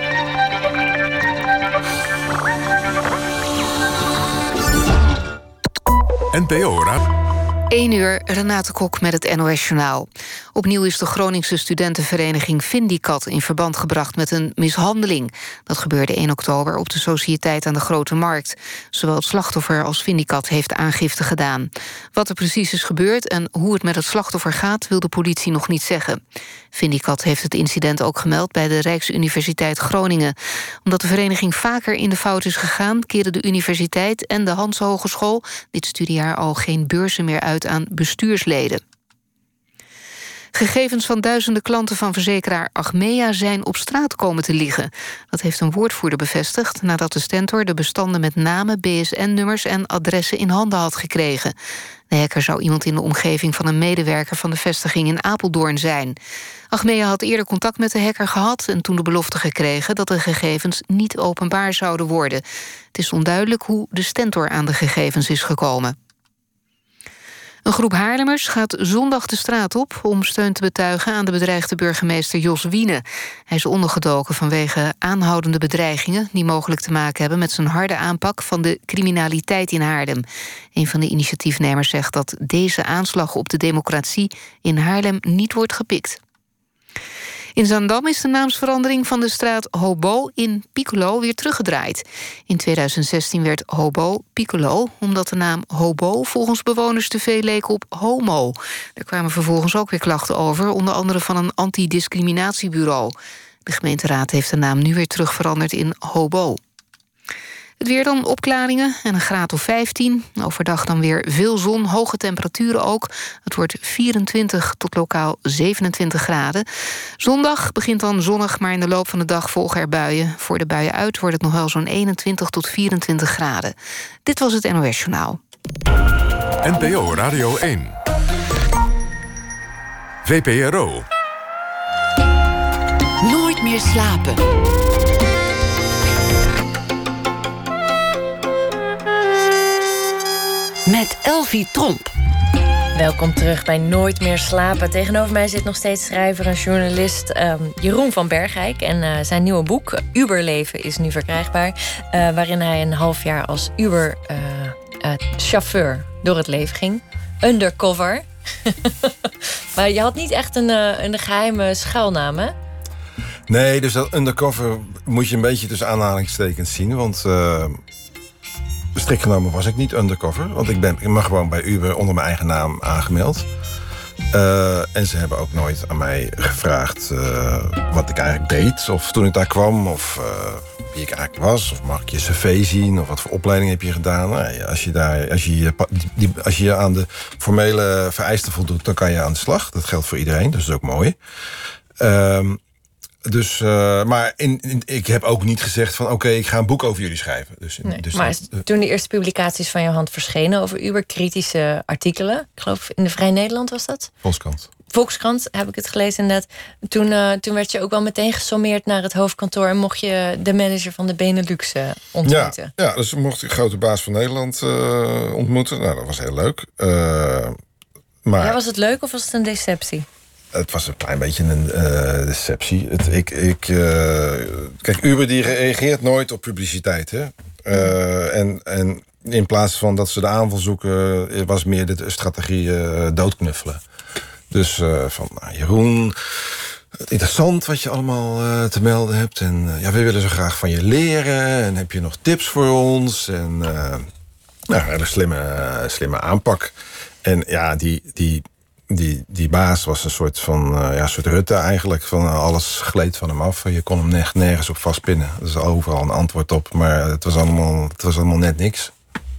N P O Raad. één uur, Renate Kok met het N O S-journaal. Opnieuw is de Groningse studentenvereniging Vindicat in verband gebracht met een mishandeling. Dat gebeurde één oktober op de Sociëteit aan de Grote Markt. Zowel het slachtoffer als Vindicat heeft aangifte gedaan. Wat er precies is gebeurd en hoe het met het slachtoffer gaat, wil de politie nog niet zeggen. Vindicat heeft het incident ook gemeld bij de Rijksuniversiteit Groningen. Omdat de vereniging vaker in de fout is gegaan, keren de universiteit en de Hanse Hogeschool dit studiejaar al geen beurzen meer uit aan bestuursleden. Gegevens van duizenden klanten van verzekeraar Achmea zijn op straat komen te liggen. Dat heeft een woordvoerder bevestigd nadat de Stentor de bestanden met namen, B S N-nummers en adressen in handen had gekregen. De hacker zou iemand in de omgeving van een medewerker van de vestiging in Apeldoorn zijn. Achmea had eerder contact met de hacker gehad en toen de belofte gekregen dat de gegevens niet openbaar zouden worden. Het is onduidelijk hoe de Stentor aan de gegevens is gekomen. Een groep Haarlemmers gaat zondag de straat op om steun te betuigen aan de bedreigde burgemeester Jos Wiene. Hij is ondergedoken vanwege aanhoudende bedreigingen die mogelijk te maken hebben met zijn harde aanpak van de criminaliteit in Haarlem. Een van de initiatiefnemers zegt dat deze aanslag op de democratie in Haarlem niet wordt gepikt. In Zaandam is de naamsverandering van de straat Hobo in Piccolo weer teruggedraaid. In tweeduizend zestien werd Hobo Piccolo, omdat de naam Hobo volgens bewoners te veel leek op homo. Er kwamen vervolgens ook weer klachten over, onder andere van een antidiscriminatiebureau. De gemeenteraad heeft de naam nu weer terugveranderd in Hobo. Het weer dan opklaringen en een graad of vijftien. Overdag dan weer veel zon, hoge temperaturen ook. Het wordt vierentwintig tot lokaal zevenentwintig graden. Zondag begint dan zonnig, maar in de loop van de dag volgen er buien. Voor de buien uit wordt het nog wel zo'n eenentwintig tot vierentwintig graden. Dit was het N O S-journaal. N P O Radio één. V P R O. Nooit meer slapen. Met Elfie Tromp. Welkom terug bij Nooit meer slapen. Tegenover mij zit nog steeds schrijver en journalist um, Jeroen van Bergijk. En uh, zijn nieuwe boek, Uberleven, is nu verkrijgbaar. Uh, waarin hij een half jaar als Uber-chauffeur uh, uh, door het leven ging. Undercover. Maar je had niet echt een, uh, een geheime schuilnaam, hè? Nee, dus dat undercover moet je een beetje tussen aanhalingstekens zien. Want uh, strikt genomen was ik niet undercover. Want ik ben ik ben gewoon bij Uber onder mijn eigen naam aangemeld. Uh, en ze hebben ook nooit aan mij gevraagd uh, wat ik eigenlijk deed. Of toen ik daar kwam, of uh, wie ik eigenlijk was. Of mag ik je cv zien, of wat voor opleiding heb je gedaan. Nou, ja, als, je daar, als, je, die, als je aan de formele vereisten voldoet, dan kan je aan de slag. Dat geldt voor iedereen, dus dat is ook mooi. Um, Dus, uh, maar in, in, ik heb ook niet gezegd van oké, okay, ik ga een boek over jullie schrijven. Dus, nee, dus maar dat, uh, toen de eerste publicaties van jouw hand verschenen over Uber, kritische artikelen, ik geloof in de Vrij Nederland was dat? Volkskrant. Volkskrant heb ik het gelezen inderdaad. Toen, uh, toen werd je ook wel meteen gesommeerd naar het hoofdkantoor en mocht je de manager van de Benelux uh, ontmoeten. Ja, ja, dus mocht ik de grote baas van Nederland uh, ontmoeten. Nou, dat was heel leuk. Uh, maar... Ja, was het leuk of was het een deceptie? Het was een klein beetje een uh, deceptie. Het, ik, ik, uh, kijk, Uber die reageert nooit op publiciteit. Hè? Uh, en, en in plaats van dat ze de aanval zoeken, was meer de strategie uh, doodknuffelen. Dus uh, van nou, Jeroen, interessant wat je allemaal uh, te melden hebt. En uh, ja, we willen zo graag van je leren. En heb je nog tips voor ons? En uh, nou, een slimme, uh, slimme aanpak. En ja, die... die Die, die baas was een soort van uh, ja, soort Rutte eigenlijk. Van, uh, alles gleed van hem af. Je kon hem nergens, nergens op vastpinnen. Er is overal een antwoord op. Maar het was allemaal, het was allemaal net niks.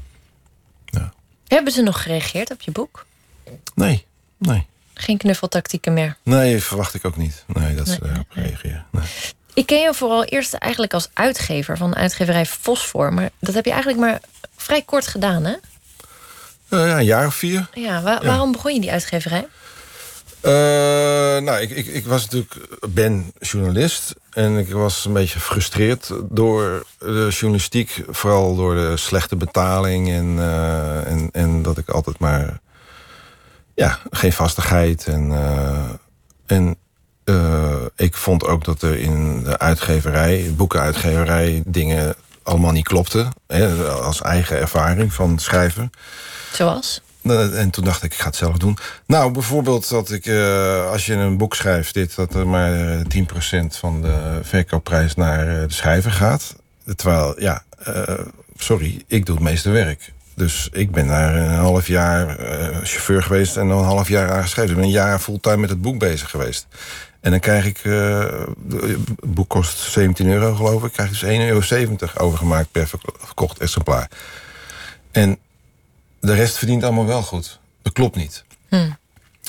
Ja. Hebben ze nog gereageerd op je boek? Nee, nee. Geen knuffeltactieken meer? Nee, verwacht ik ook niet. Nee, dat ze nee, erop nee. reageren. Nee. Ik ken je vooral eerst eigenlijk als uitgever van de uitgeverij Fosfor. Maar dat heb je eigenlijk maar vrij kort gedaan, hè? Uh, ja, een jaar of vier. Ja, wa- ja. Waarom begon je die uitgeverij? Uh, nou, ik, ik, ik was natuurlijk, ben journalist. En ik was een beetje gefrustreerd door de journalistiek. Vooral door de slechte betaling. En, uh, en, en dat ik altijd maar... Ja, geen vastigheid. En, uh, en uh, ik vond ook dat er in de uitgeverij, boekenuitgeverij, dingen allemaal niet klopten. Hè, als eigen ervaring van schrijven. Zoals? En toen dacht ik, ik ga het zelf doen. Nou, bijvoorbeeld dat ik, uh, als je een boek schrijft, dit, dat er maar tien procent van de verkoopprijs naar de schrijver gaat. Terwijl, ja, uh, sorry, ik doe het meeste werk. Dus ik ben daar een half jaar uh, chauffeur geweest en nog een half jaar aan geschreven. Ik ben een jaar fulltime met het boek bezig geweest. En dan krijg ik, uh, het boek kost zeventien euro geloof ik, krijg ik dus één euro zeventig overgemaakt per verkocht exemplaar. En de rest verdient allemaal wel goed. Dat klopt niet. Hmm.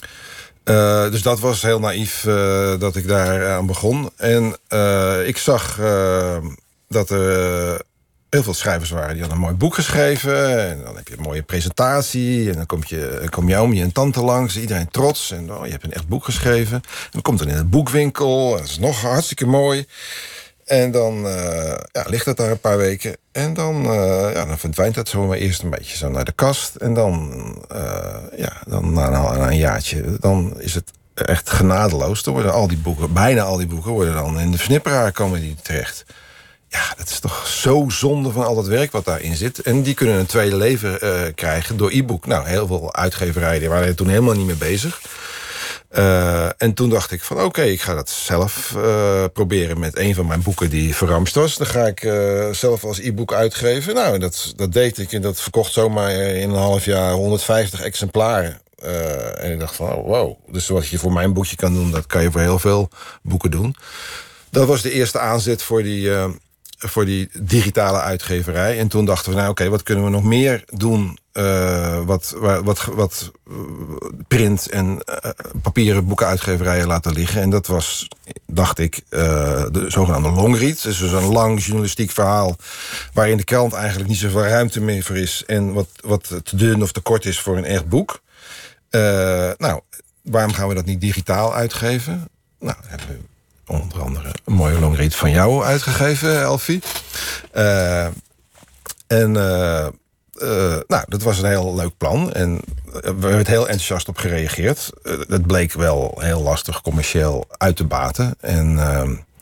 Uh, dus dat was heel naïef uh, dat ik daar aan begon. En uh, ik zag uh, dat er uh, heel veel schrijvers waren die hadden een mooi boek geschreven. En dan heb je een mooie presentatie. En dan kom je, kom je oom, je en tante langs. Iedereen trots. En oh, je hebt een echt boek geschreven. En dan komt het in het boekwinkel. Dat is nog hartstikke mooi. En dan uh, ja, ligt het daar een paar weken. En dan, uh, ja, dan verdwijnt dat zomaar eerst een beetje zo naar de kast. En dan, uh, ja, dan na, na een jaartje, dan is het echt genadeloos. Dan worden al die boeken, bijna al die boeken, worden dan in de versnipperaar komen die terecht. Ja, dat is toch zo zonde van al dat werk wat daarin zit. En die kunnen een tweede leven uh, krijgen door e-book. Nou, heel veel uitgeverijen die waren er toen helemaal niet mee bezig. Uh, en toen dacht ik van oké, okay, ik ga dat zelf uh, proberen met een van mijn boeken die verramst was. Dan ga ik uh, zelf als e-book uitgeven. Nou, dat, dat deed ik en dat verkocht zomaar in een half jaar honderdvijftig exemplaren. Uh, en ik dacht van oh, wow, dus wat je voor mijn boekje kan doen, dat kan je voor heel veel boeken doen. Dat was de eerste aanzet voor die, uh, voor die digitale uitgeverij. En toen dachten we nou oké, okay, wat kunnen we nog meer doen? Uh, wat, wat, wat print en uh, papieren boekenuitgeverijen laten liggen. En dat was, dacht ik, uh, de zogenaamde longread. Dus een lang journalistiek verhaal waarin de krant eigenlijk niet zoveel ruimte meer voor is. En wat, wat te dun of te kort is voor een echt boek. Uh, nou, waarom gaan we dat niet digitaal uitgeven? Nou, hebben we onder andere een mooie longread van jou uitgegeven, Elfie. Uh, en... Uh, uh, nou, dat was een heel leuk plan. En we hebben heel enthousiast op gereageerd. Uh, het bleek wel heel lastig commercieel uit te baten. En, uh,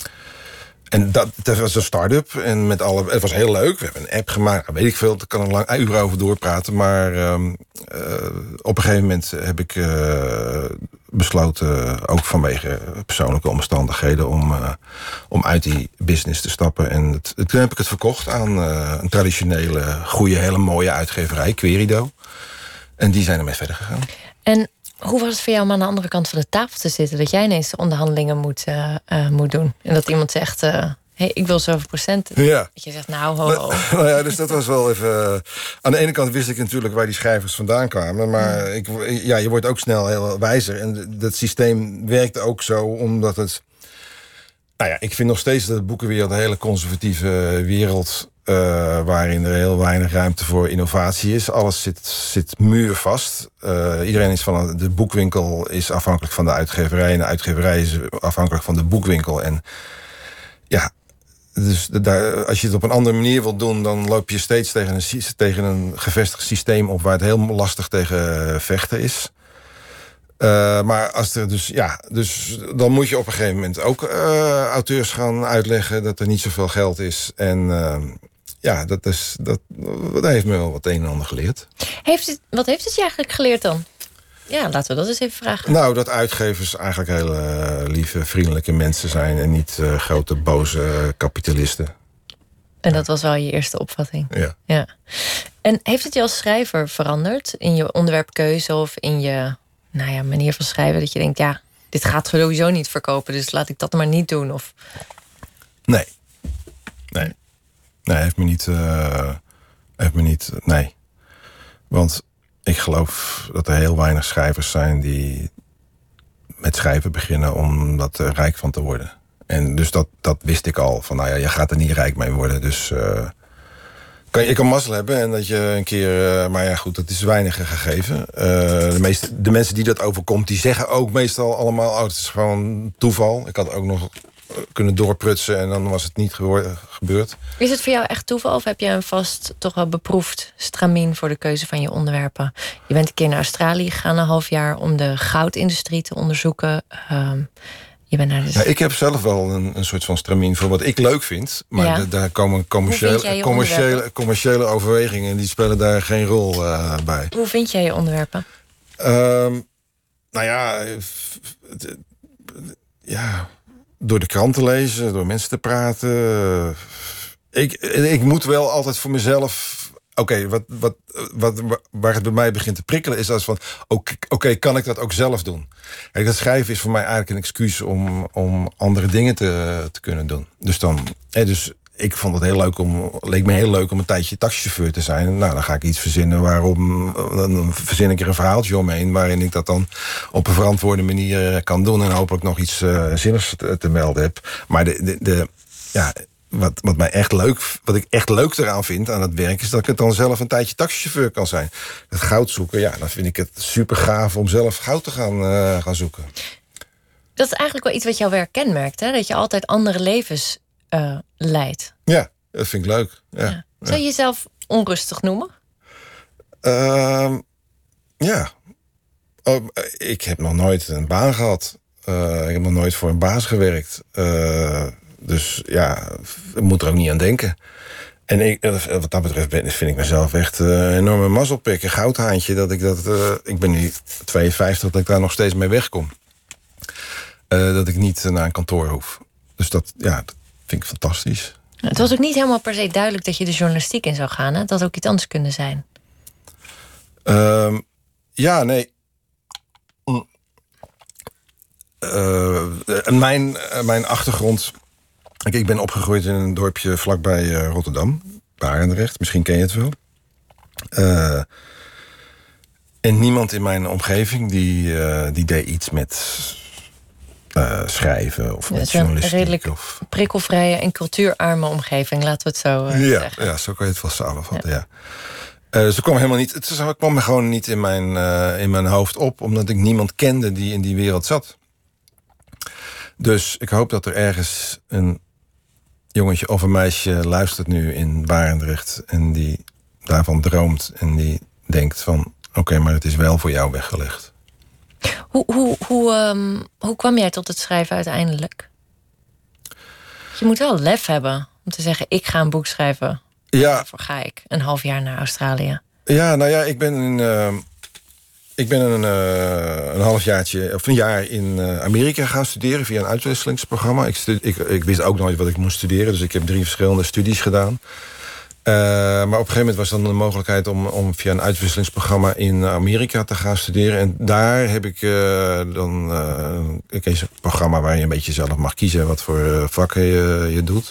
en dat, dat was een start-up. En met alle, het was heel leuk. We hebben een app gemaakt. Weet ik veel, daar kan ik lang uren over doorpraten. Maar uh, uh, op een gegeven moment heb ik uh, besloten, ook vanwege persoonlijke omstandigheden, om, uh, om uit die business te stappen. En het, het, toen heb ik het verkocht aan uh, een traditionele, goede, hele mooie uitgeverij, Querido. En die zijn ermee verder gegaan. En hoe was het voor jou om aan de andere kant van de tafel te zitten? Dat jij ineens de onderhandelingen moet, uh, uh, moet doen. En dat iemand zegt, uh, hey, ik wil zoveel procent. Ja. Dat je zegt, nou, ho, ho. Nou ja, dus dat was wel even... Uh, aan de ene kant wist ik natuurlijk waar die schrijvers vandaan kwamen. Maar ik, ja, je wordt ook snel heel wijzer. En dat systeem werkte ook zo, omdat het... Nou ja, ik vind nog steeds dat de boekenwereld een hele conservatieve wereld... Uh, waarin er heel weinig ruimte voor innovatie is. Alles zit, zit muurvast. Uh, iedereen is van... De boekwinkel is afhankelijk van de uitgeverij... en de uitgeverij is afhankelijk van de boekwinkel. En ja... Dus daar, als je het op een andere manier wilt doen... dan loop je steeds tegen een, tegen een gevestigd systeem op... waar het heel lastig tegen vechten is. Uh, maar als er dus, ja, dus dan moet je op een gegeven moment ook uh, auteurs gaan uitleggen... dat er niet zoveel geld is. En uh, ja, dat, is, dat, dat heeft me wel wat een en ander geleerd. Heeft het, wat heeft het je eigenlijk geleerd dan? Ja, laten we dat eens even vragen. Nou, dat uitgevers eigenlijk hele lieve, vriendelijke mensen zijn... en niet uh, grote, boze kapitalisten. En dat was wel je eerste opvatting? Ja. ja. En heeft het je als schrijver veranderd? In je onderwerpkeuze of in je nou ja, manier van schrijven? Dat je denkt, ja, dit gaat sowieso niet verkopen... dus laat ik dat maar niet doen? Of... Nee. Nee. Nee, heeft me niet... Uh, heeft me niet... Nee. Want... Ik geloof dat er heel weinig schrijvers zijn die met schrijven beginnen om dat er rijk van te worden. En dus dat, dat wist ik al. Van nou ja, je gaat er niet rijk mee worden. Dus uh, kan, je kan mazzel hebben en dat je een keer... Uh, maar ja goed, dat is weinig gegeven. Uh, de, meeste, de mensen die dat overkomt, die zeggen ook meestal allemaal... oh, het is gewoon toeval. Ik had ook nog kunnen doorprutsen en dan was het niet gebeurd. Is het voor jou echt toeval of heb je een vast, toch wel beproefd stramien voor de keuze van je onderwerpen? Je bent een keer naar Australië gegaan, een half jaar, om de goudindustrie te onderzoeken. Um, je bent naar dus... ja, ik heb zelf wel een, een soort van stramien voor wat ik leuk vind. Maar ja. d- daar komen commerciële, commerciële, commerciële overwegingen, die spelen daar geen rol uh, bij. Hoe vind jij je onderwerpen? Um, nou ja, ja... Door de krant te lezen, door mensen te praten. Ik, ik moet wel altijd voor mezelf... Oké, okay, wat, wat, wat, waar het bij mij begint te prikkelen is als van... Oké, okay, kan ik dat ook zelf doen? Kijk, dat schrijven is voor mij eigenlijk een excuus om, om andere dingen te, te kunnen doen. Dus dan... Hè, dus ik vond het heel leuk om... leek me heel leuk om een tijdje taxichauffeur te zijn. Nou, dan ga ik iets verzinnen waarom... dan verzin ik er een verhaaltje omheen... waarin ik dat dan op een verantwoorde manier kan doen... en hopelijk nog iets uh, zinnigs te, te melden heb. Maar de... de, de ja, wat, wat mij echt leuk... wat ik echt leuk eraan vind aan het werk... is dat ik het dan zelf een tijdje taxichauffeur kan zijn. Het goud zoeken, ja, dan vind ik het super gaaf... om zelf goud te gaan, uh, gaan zoeken. Dat is eigenlijk wel iets wat jouw werk kenmerkt, hè? Dat je altijd andere levens... Uh, leidt. Ja, dat vind ik leuk. Ja. Ja. Zou je jezelf onrustig noemen? Uh, ja. Oh, ik heb nog nooit een baan gehad. Uh, ik heb nog nooit voor een baas gewerkt. Uh, dus ja, ik moet er ook niet aan denken. En ik, wat dat betreft ben, vind ik mezelf echt uh, een enorme mazzelpik. Een goudhaantje. Dat ik, dat, uh, ik ben nu tweeënvijftig, dat ik daar nog steeds mee wegkom. Uh, dat ik niet naar een kantoor hoef. Dus dat, ja... vind ik fantastisch. Het was ook niet helemaal per se duidelijk dat je de journalistiek in zou gaan. Hè? Dat had ook iets anders kunnen zijn. Uh, ja, nee. Uh, mijn, uh, mijn achtergrond... Kijk, ik ben opgegroeid in een dorpje vlakbij uh, Rotterdam. Barendrecht, misschien ken je het wel. Uh, en niemand in mijn omgeving die, uh, die deed iets met... Uh, schrijven of met journalistiek. Een redelijk of... prikkelvrije en cultuurarme omgeving, laten we het zo uh, ja, zeggen. Ja, zo kan je het wel samenvatten, ja. ja. Uh, ze kwam helemaal niet, het kwam me gewoon niet in mijn, uh, in mijn hoofd op... omdat ik niemand kende die in die wereld zat. Dus ik hoop dat er ergens een jongetje of een meisje luistert nu in Barendrecht... en die daarvan droomt en die denkt van... oké, okay, maar het is wel voor jou weggelegd. Hoe, hoe, hoe, um, hoe kwam jij tot het schrijven uiteindelijk? Je moet wel lef hebben om te zeggen... ik ga een boek schrijven. Ja. Daarvoor ga ik een half jaar naar Australië. Ja, nou ja, ik ben een, uh, ik ben een, uh, een halfjaartje of een jaar in uh, Amerika gaan studeren via een uitwisselingsprogramma. Ik, stud, ik, ik wist ook nooit wat ik moest studeren, dus ik heb drie verschillende studies gedaan. Uh, maar op een gegeven moment was dan de mogelijkheid om, om via een uitwisselingsprogramma in Amerika te gaan studeren. En daar heb ik uh, dan uh, een programma waar je een beetje zelf mag kiezen wat voor uh, vakken je, je doet.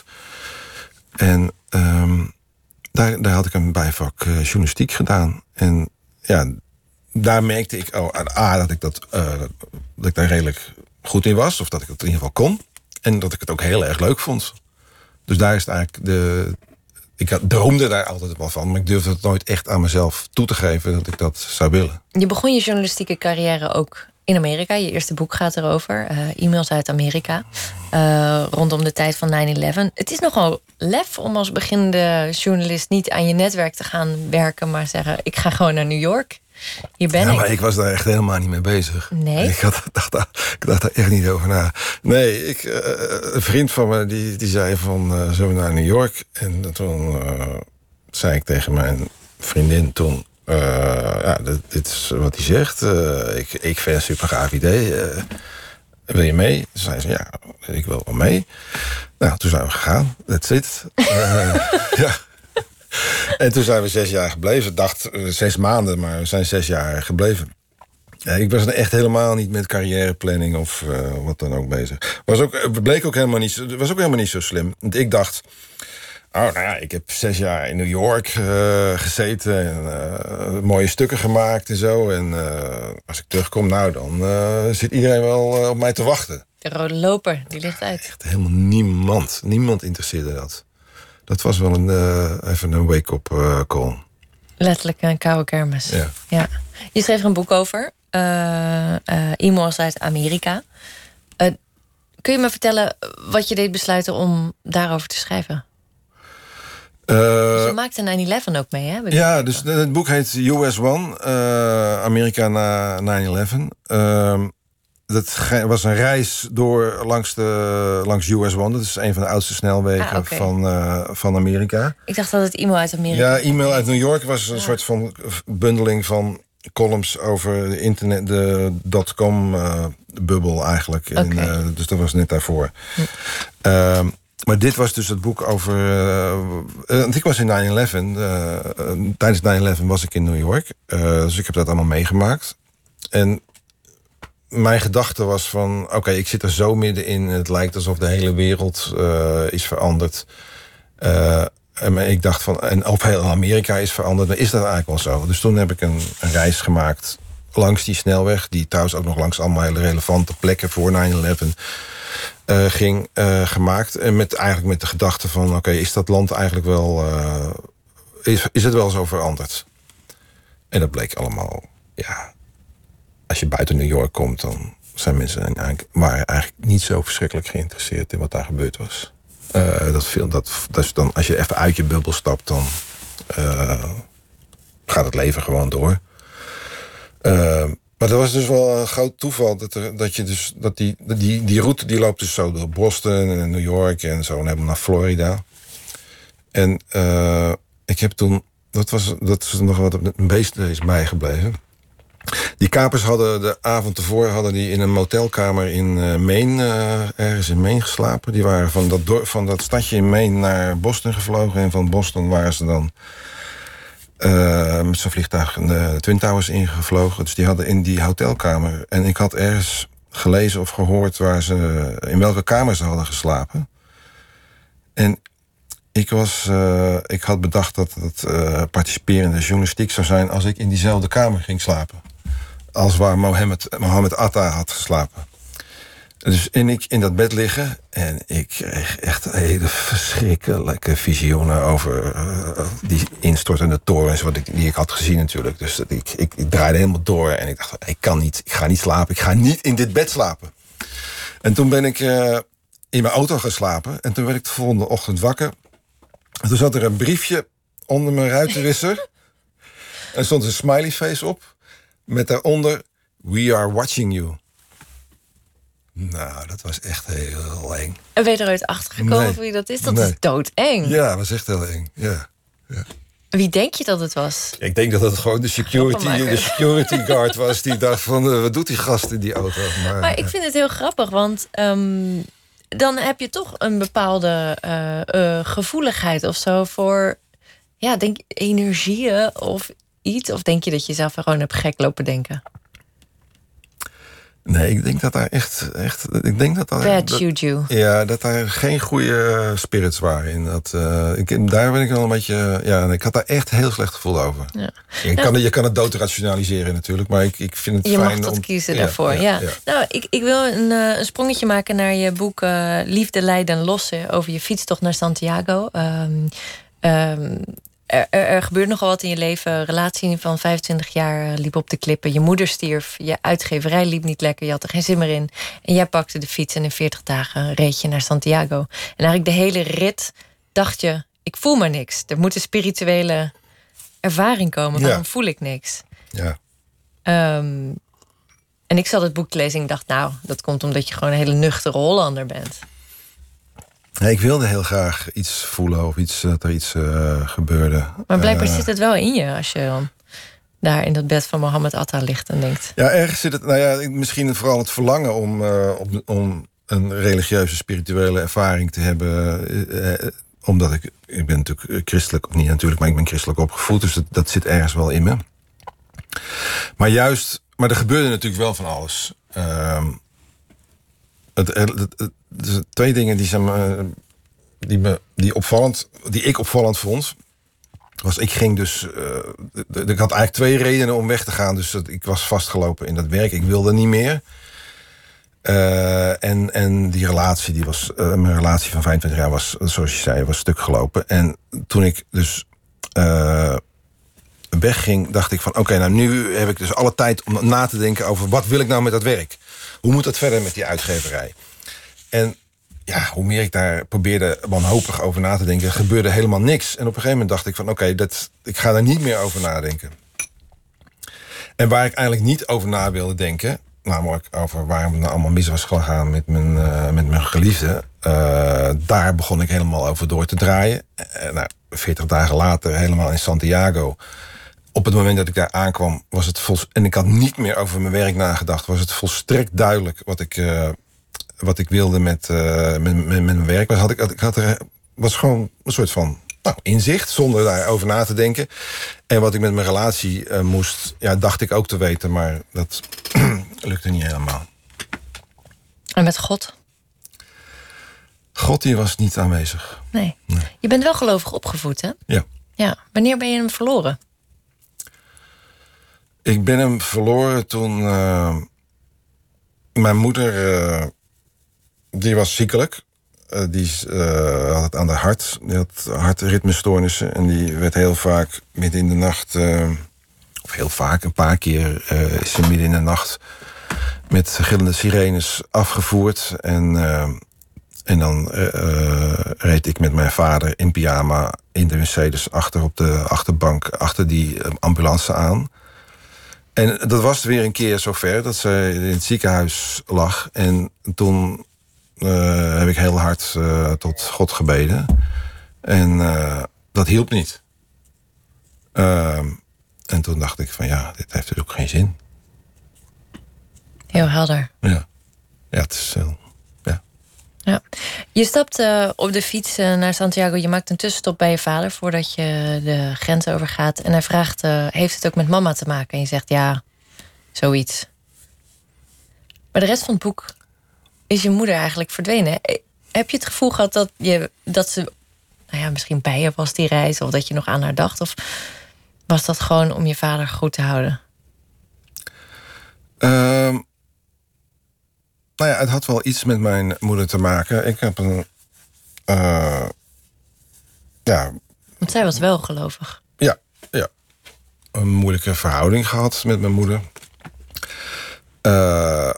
En um, daar, daar had ik een bijvak uh, journalistiek gedaan. En ja, daar merkte ik oh, A, dat ik, dat, uh, dat ik daar redelijk goed in was. Of dat ik het in ieder geval kon. En dat ik het ook heel erg leuk vond. Dus daar is het eigenlijk de... Ik had, droomde daar altijd wel van, maar ik durfde het nooit echt aan mezelf toe te geven dat ik dat zou willen. Je begon je journalistieke carrière ook in Amerika. Je eerste boek gaat erover. Uh, e-mails uit Amerika. Uh, rondom de tijd van nine eleven. Het is nogal lef om als beginnende journalist niet aan je netwerk te gaan werken, maar zeggen, ik ga gewoon naar New York. Hier ben ja, ik. Maar ik was daar echt helemaal niet mee bezig. Nee? Ik, had, dacht, ik dacht daar echt niet over na. Nee, ik, uh, een vriend van me die, die zei van, uh, zullen we naar New York? En toen uh, zei ik tegen mijn vriendin toen... Uh, ja, dit, dit is wat hij zegt. Uh, ik, ik vind het een super gaaf idee. Uh, wil je mee? Toen zei ze, ja, ik wil wel mee. Nou, toen zijn we gegaan. That's it. Uh, ja. En toen zijn we zes jaar gebleven. Ik dacht uh, zes maanden, maar we zijn zes jaar gebleven. Ja, ik was echt helemaal niet met carrièreplanning of uh, wat dan ook bezig. Was ook, bleek ook helemaal niet, was ook helemaal niet zo slim. Want ik dacht... Oh, nou ja, ik heb zes jaar in New York uh, gezeten en uh, mooie stukken gemaakt en zo. En uh, als ik terugkom, nou, dan uh, zit iedereen wel uh, op mij te wachten. De rode loper, die ligt uit. Echt helemaal niemand. Niemand interesseerde dat. Dat was wel een, uh, even een wake-up uh, call. Letterlijk een koude kermis. Ja. Ja. Je schreef er een boek over. Uh, uh, E-mails uit Amerika. Uh, kun je me vertellen wat je deed besluiten om daarover te schrijven? Uh, dus je maakte nine eleven ook mee, hè? Ja, dus het boek heet U S One, uh, Amerika na nine eleven. Uh, dat was een reis door langs, de, langs U S One. Dat is een van de oudste snelwegen ah, okay. van, uh, van Amerika. Ik dacht dat het e-mail uit Amerika... Ja, e-mail uit New York was een ja. soort van bundeling van columns over de internet, de dotcom-bubbel uh, eigenlijk. Okay. En, uh, dus dat was net daarvoor. Hm. Uh, Maar dit was dus het boek over... Uh, want ik was in nine eleven. Uh, tijdens nine eleven was ik in New York. Uh, dus ik heb dat allemaal meegemaakt. En mijn gedachte was van... Oké, okay, ik zit er zo middenin. Het lijkt alsof de hele wereld uh, is veranderd. Uh, en ik dacht van... En of heel Amerika is veranderd. Maar is dat eigenlijk wel zo? Dus toen heb ik een, een reis gemaakt langs die snelweg. Die trouwens ook nog langs allemaal hele relevante plekken voor nine eleven... Uh, ging uh, gemaakt. En met, eigenlijk met de gedachte van... oké, okay, is dat land eigenlijk wel... Uh, is, is het wel zo veranderd? En dat bleek allemaal... Ja, als je buiten New York komt... dan zijn mensen eigenlijk, waren eigenlijk niet zo verschrikkelijk geïnteresseerd... in wat daar gebeurd was. Uh, dat veel, dat, dat is dan, als je even uit je bubbel stapt... dan uh, gaat het leven gewoon door. Uh, Maar dat was dus wel een groot toeval dat, er, dat je dus dat die, die, die route die loopt dus zo door Boston en New York en zo en helemaal naar Florida. En uh, ik heb toen, dat was dat is nog wat het meeste is bijgebleven. Die kapers hadden de avond tevoren hadden die in een motelkamer in uh, Maine, uh, ergens in Maine geslapen. Die waren van dat, door, van dat stadje in Maine naar Boston gevlogen en van Boston waren ze dan Uh, met zo'n vliegtuig de Twin Towers ingevlogen. Dus die hadden in die hotelkamer. En ik had ergens gelezen of gehoord waar ze, in welke kamer ze hadden geslapen. En ik, was, uh, ik had bedacht dat het uh, participerende journalistiek zou zijn als ik in diezelfde kamer ging slapen. Als waar Mohammed, Mohammed Atta had geslapen. Dus en ik in dat bed liggen en ik kreeg echt hele verschrikkelijke visioenen over uh, die instortende torens, wat ik, die ik had gezien natuurlijk. Dus dat ik, ik, ik draaide helemaal door en ik dacht, ik kan niet, ik ga niet slapen, ik ga niet in dit bed slapen. En toen ben ik uh, in mijn auto gaan slapen en toen werd ik de volgende ochtend wakker. En toen zat er een briefje onder mijn ruitenwisser. Er stond een smiley face op. Met daaronder, we are watching you. Nou, dat was echt heel eng. En ben je er ooit achter gekomen Nee. wie dat is? Dat Nee. is doodeng. Ja, dat was echt heel eng. Ja. Ja. Wie denk je dat het was? Ik denk dat het gewoon de security, Grappenmaker. de security guard was. Die dacht van, uh, wat doet die gast in die auto? Maar, Maar ik vind het heel grappig, want um, dan heb je toch een bepaalde uh, uh, gevoeligheid of zo voor, ja, denk energieën of iets. Of denk je dat je zelf gewoon hebt gek lopen denken? Nee, ik denk dat daar echt... echt ik denk dat daar, Bad dat, juju. Ja, dat daar geen goede spirits waren in. Dat, uh, ik, daar ben ik wel een beetje... Ja, ik had daar echt heel slecht gevoel over. Ja. Je, kan, je kan het dood-rationaliseren natuurlijk, maar ik, ik vind het Je fijn mag dat om... kiezen ja, daarvoor, ja. ja, ja. Nou, ik, ik wil een, uh, een sprongetje maken naar je boek uh, Liefde, Lijden, Lossen over je fietstocht naar Santiago. Um, um, Er, er, er gebeurt nogal wat in je leven. Relatie van vijfentwintig jaar uh, liep op de klippen. Je moeder stierf. Je uitgeverij liep niet lekker. Je had er geen zin meer in. En jij pakte de fiets en in veertig dagen reed je naar Santiago. En eigenlijk de hele rit dacht je, ik voel maar niks. Er moet een spirituele ervaring komen. Waarom Ja. voel ik niks? Ja. Um, en ik zat het boek te lezen en ik dacht, nou, dat komt omdat je gewoon een hele nuchtere Hollander bent. Nee, ik wilde heel graag iets voelen of iets, dat er iets uh, gebeurde. Maar blijkbaar Uh, zit het wel in je als je dan daar in dat bed van Mohammed Atta ligt en denkt. Ja, ergens zit het, nou ja, misschien vooral het verlangen om, uh, om, om een religieuze, spirituele ervaring te hebben. Uh, omdat ik, ik ben natuurlijk christelijk, of niet natuurlijk, maar ik ben christelijk opgevoed, dus dat, dat zit ergens wel in me. Maar juist, maar er gebeurde natuurlijk wel van alles. Uh, het, het, het, het, dus twee dingen die, zijn, uh, die, me, die, opvallend, die ik opvallend vond. Was, ik ging dus. Uh, ik had eigenlijk twee redenen om weg te gaan. Dus dat, ik was vastgelopen in dat werk. Ik wilde niet meer. Uh, en, en die relatie, die was. Uh, mijn relatie van vijfentwintig jaar was, zoals je zei, was stuk gelopen. En toen ik dus uh, wegging, dacht ik van oké, okay, nou nu heb ik dus alle tijd om na te denken over wat wil ik nou met dat werk? Hoe moet dat verder met die uitgeverij? En ja, hoe meer ik daar probeerde wanhopig over na te denken, gebeurde helemaal niks. En op een gegeven moment dacht ik van oké, okay, dat ik ga daar niet meer over nadenken. En waar ik eigenlijk niet over na wilde denken, namelijk over waarom het nou allemaal mis was gegaan met mijn, uh, met mijn geliefde, uh, daar begon ik helemaal over door te draaien. Uh, nou, veertig dagen later helemaal in Santiago. Op het moment dat ik daar aankwam, was het vol, en ik had niet meer over mijn werk nagedacht, was het volstrekt duidelijk wat ik, uh, wat ik wilde met, uh, met, met, met mijn werk. Maar had ik, ik had er was gewoon een soort van nou, inzicht, zonder daarover na te denken. En wat ik met mijn relatie uh, moest, ja, dacht ik ook te weten, maar dat lukte niet helemaal. En met God? God, die was niet aanwezig. Nee. nee. Je bent wel gelovig opgevoed, hè? Ja. Ja. Wanneer ben je hem verloren? Ik ben hem verloren toen uh, mijn moeder, uh, die was ziekelijk. Uh, die uh, had het aan de hart. Die had hartritmestoornissen. En die werd heel vaak midden in de nacht, uh, of heel vaak, een paar keer uh, is ze midden in de nacht met gillende sirenes afgevoerd. En, uh, en dan uh, reed ik met mijn vader in pyjama in de Mercedes achter op de achterbank, achter die ambulance aan. En dat was weer een keer zover dat ze in het ziekenhuis lag. En toen uh, heb ik heel hard uh, tot God gebeden. En uh, dat hielp niet. Uh, en toen dacht ik van ja, dit heeft ook geen zin. Heel helder. Ja, ja het is heel... Ja. Ja. Je stapt uh, op de fiets uh, naar Santiago. Je maakt een tussenstop bij je vader voordat je de grens overgaat. En hij vraagt, uh, heeft het ook met mama te maken? En je zegt ja, zoiets. Maar de rest van het boek is je moeder eigenlijk verdwenen. Heb je het gevoel gehad dat, je, dat ze nou ja, misschien bij je was die reis? Of dat je nog aan haar dacht? Of was dat gewoon om je vader goed te houden? Uh, nou ja, het had wel iets met mijn moeder te maken. Ik heb een... Uh, ja... Want zij was wel gelovig. Ja, ja. Een moeilijke verhouding gehad met mijn moeder. Uh,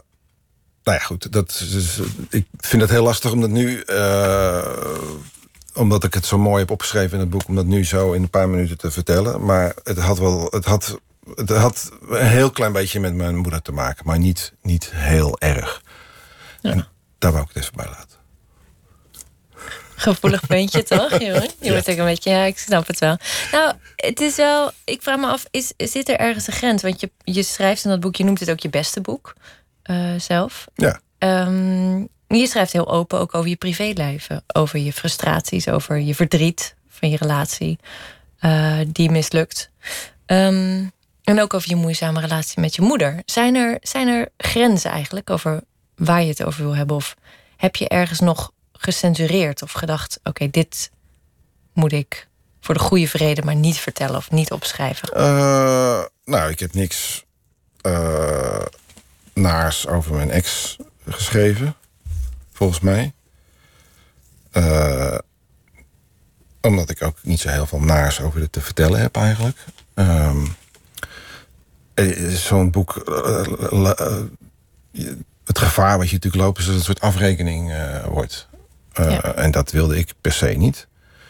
nou ja, goed. Dat is, ik vind het heel lastig om dat nu... Uh, omdat ik het zo mooi heb opgeschreven in het boek, om dat nu zo in een paar minuten te vertellen. Maar het had wel, het had, het had een heel klein beetje met mijn moeder te maken, maar niet, niet heel erg. Ja. En daar wou ik het even bij laten. Gevoelig puntje, toch, Jeroen? Je ja. wordt ook een beetje, ja, ik snap het wel. Nou, het is wel, ik vraag me af, is, zit er ergens een grens? Want je, je schrijft in dat boek, je noemt het ook je beste boek uh, zelf. Ja. Um, je schrijft heel open ook over je privéleven. Over je frustraties, over je verdriet van je relatie uh, die mislukt. Um, en ook over je moeizame relatie met je moeder. Zijn er, zijn er grenzen eigenlijk over waar je het over wil hebben? Of heb je ergens nog gecensureerd of gedacht, oké, okay, dit moet ik voor de goede vrede maar niet vertellen of niet opschrijven? Uh, nou, ik heb niks uh, naars over mijn ex geschreven, volgens mij. Uh, omdat ik ook niet zo heel veel naars over dit te vertellen heb eigenlijk. Um, Zo'n boek, uh, uh, uh, het gevaar wat je natuurlijk loopt is dat het een soort afrekening uh, wordt. Uh, ja. En dat wilde ik per se niet.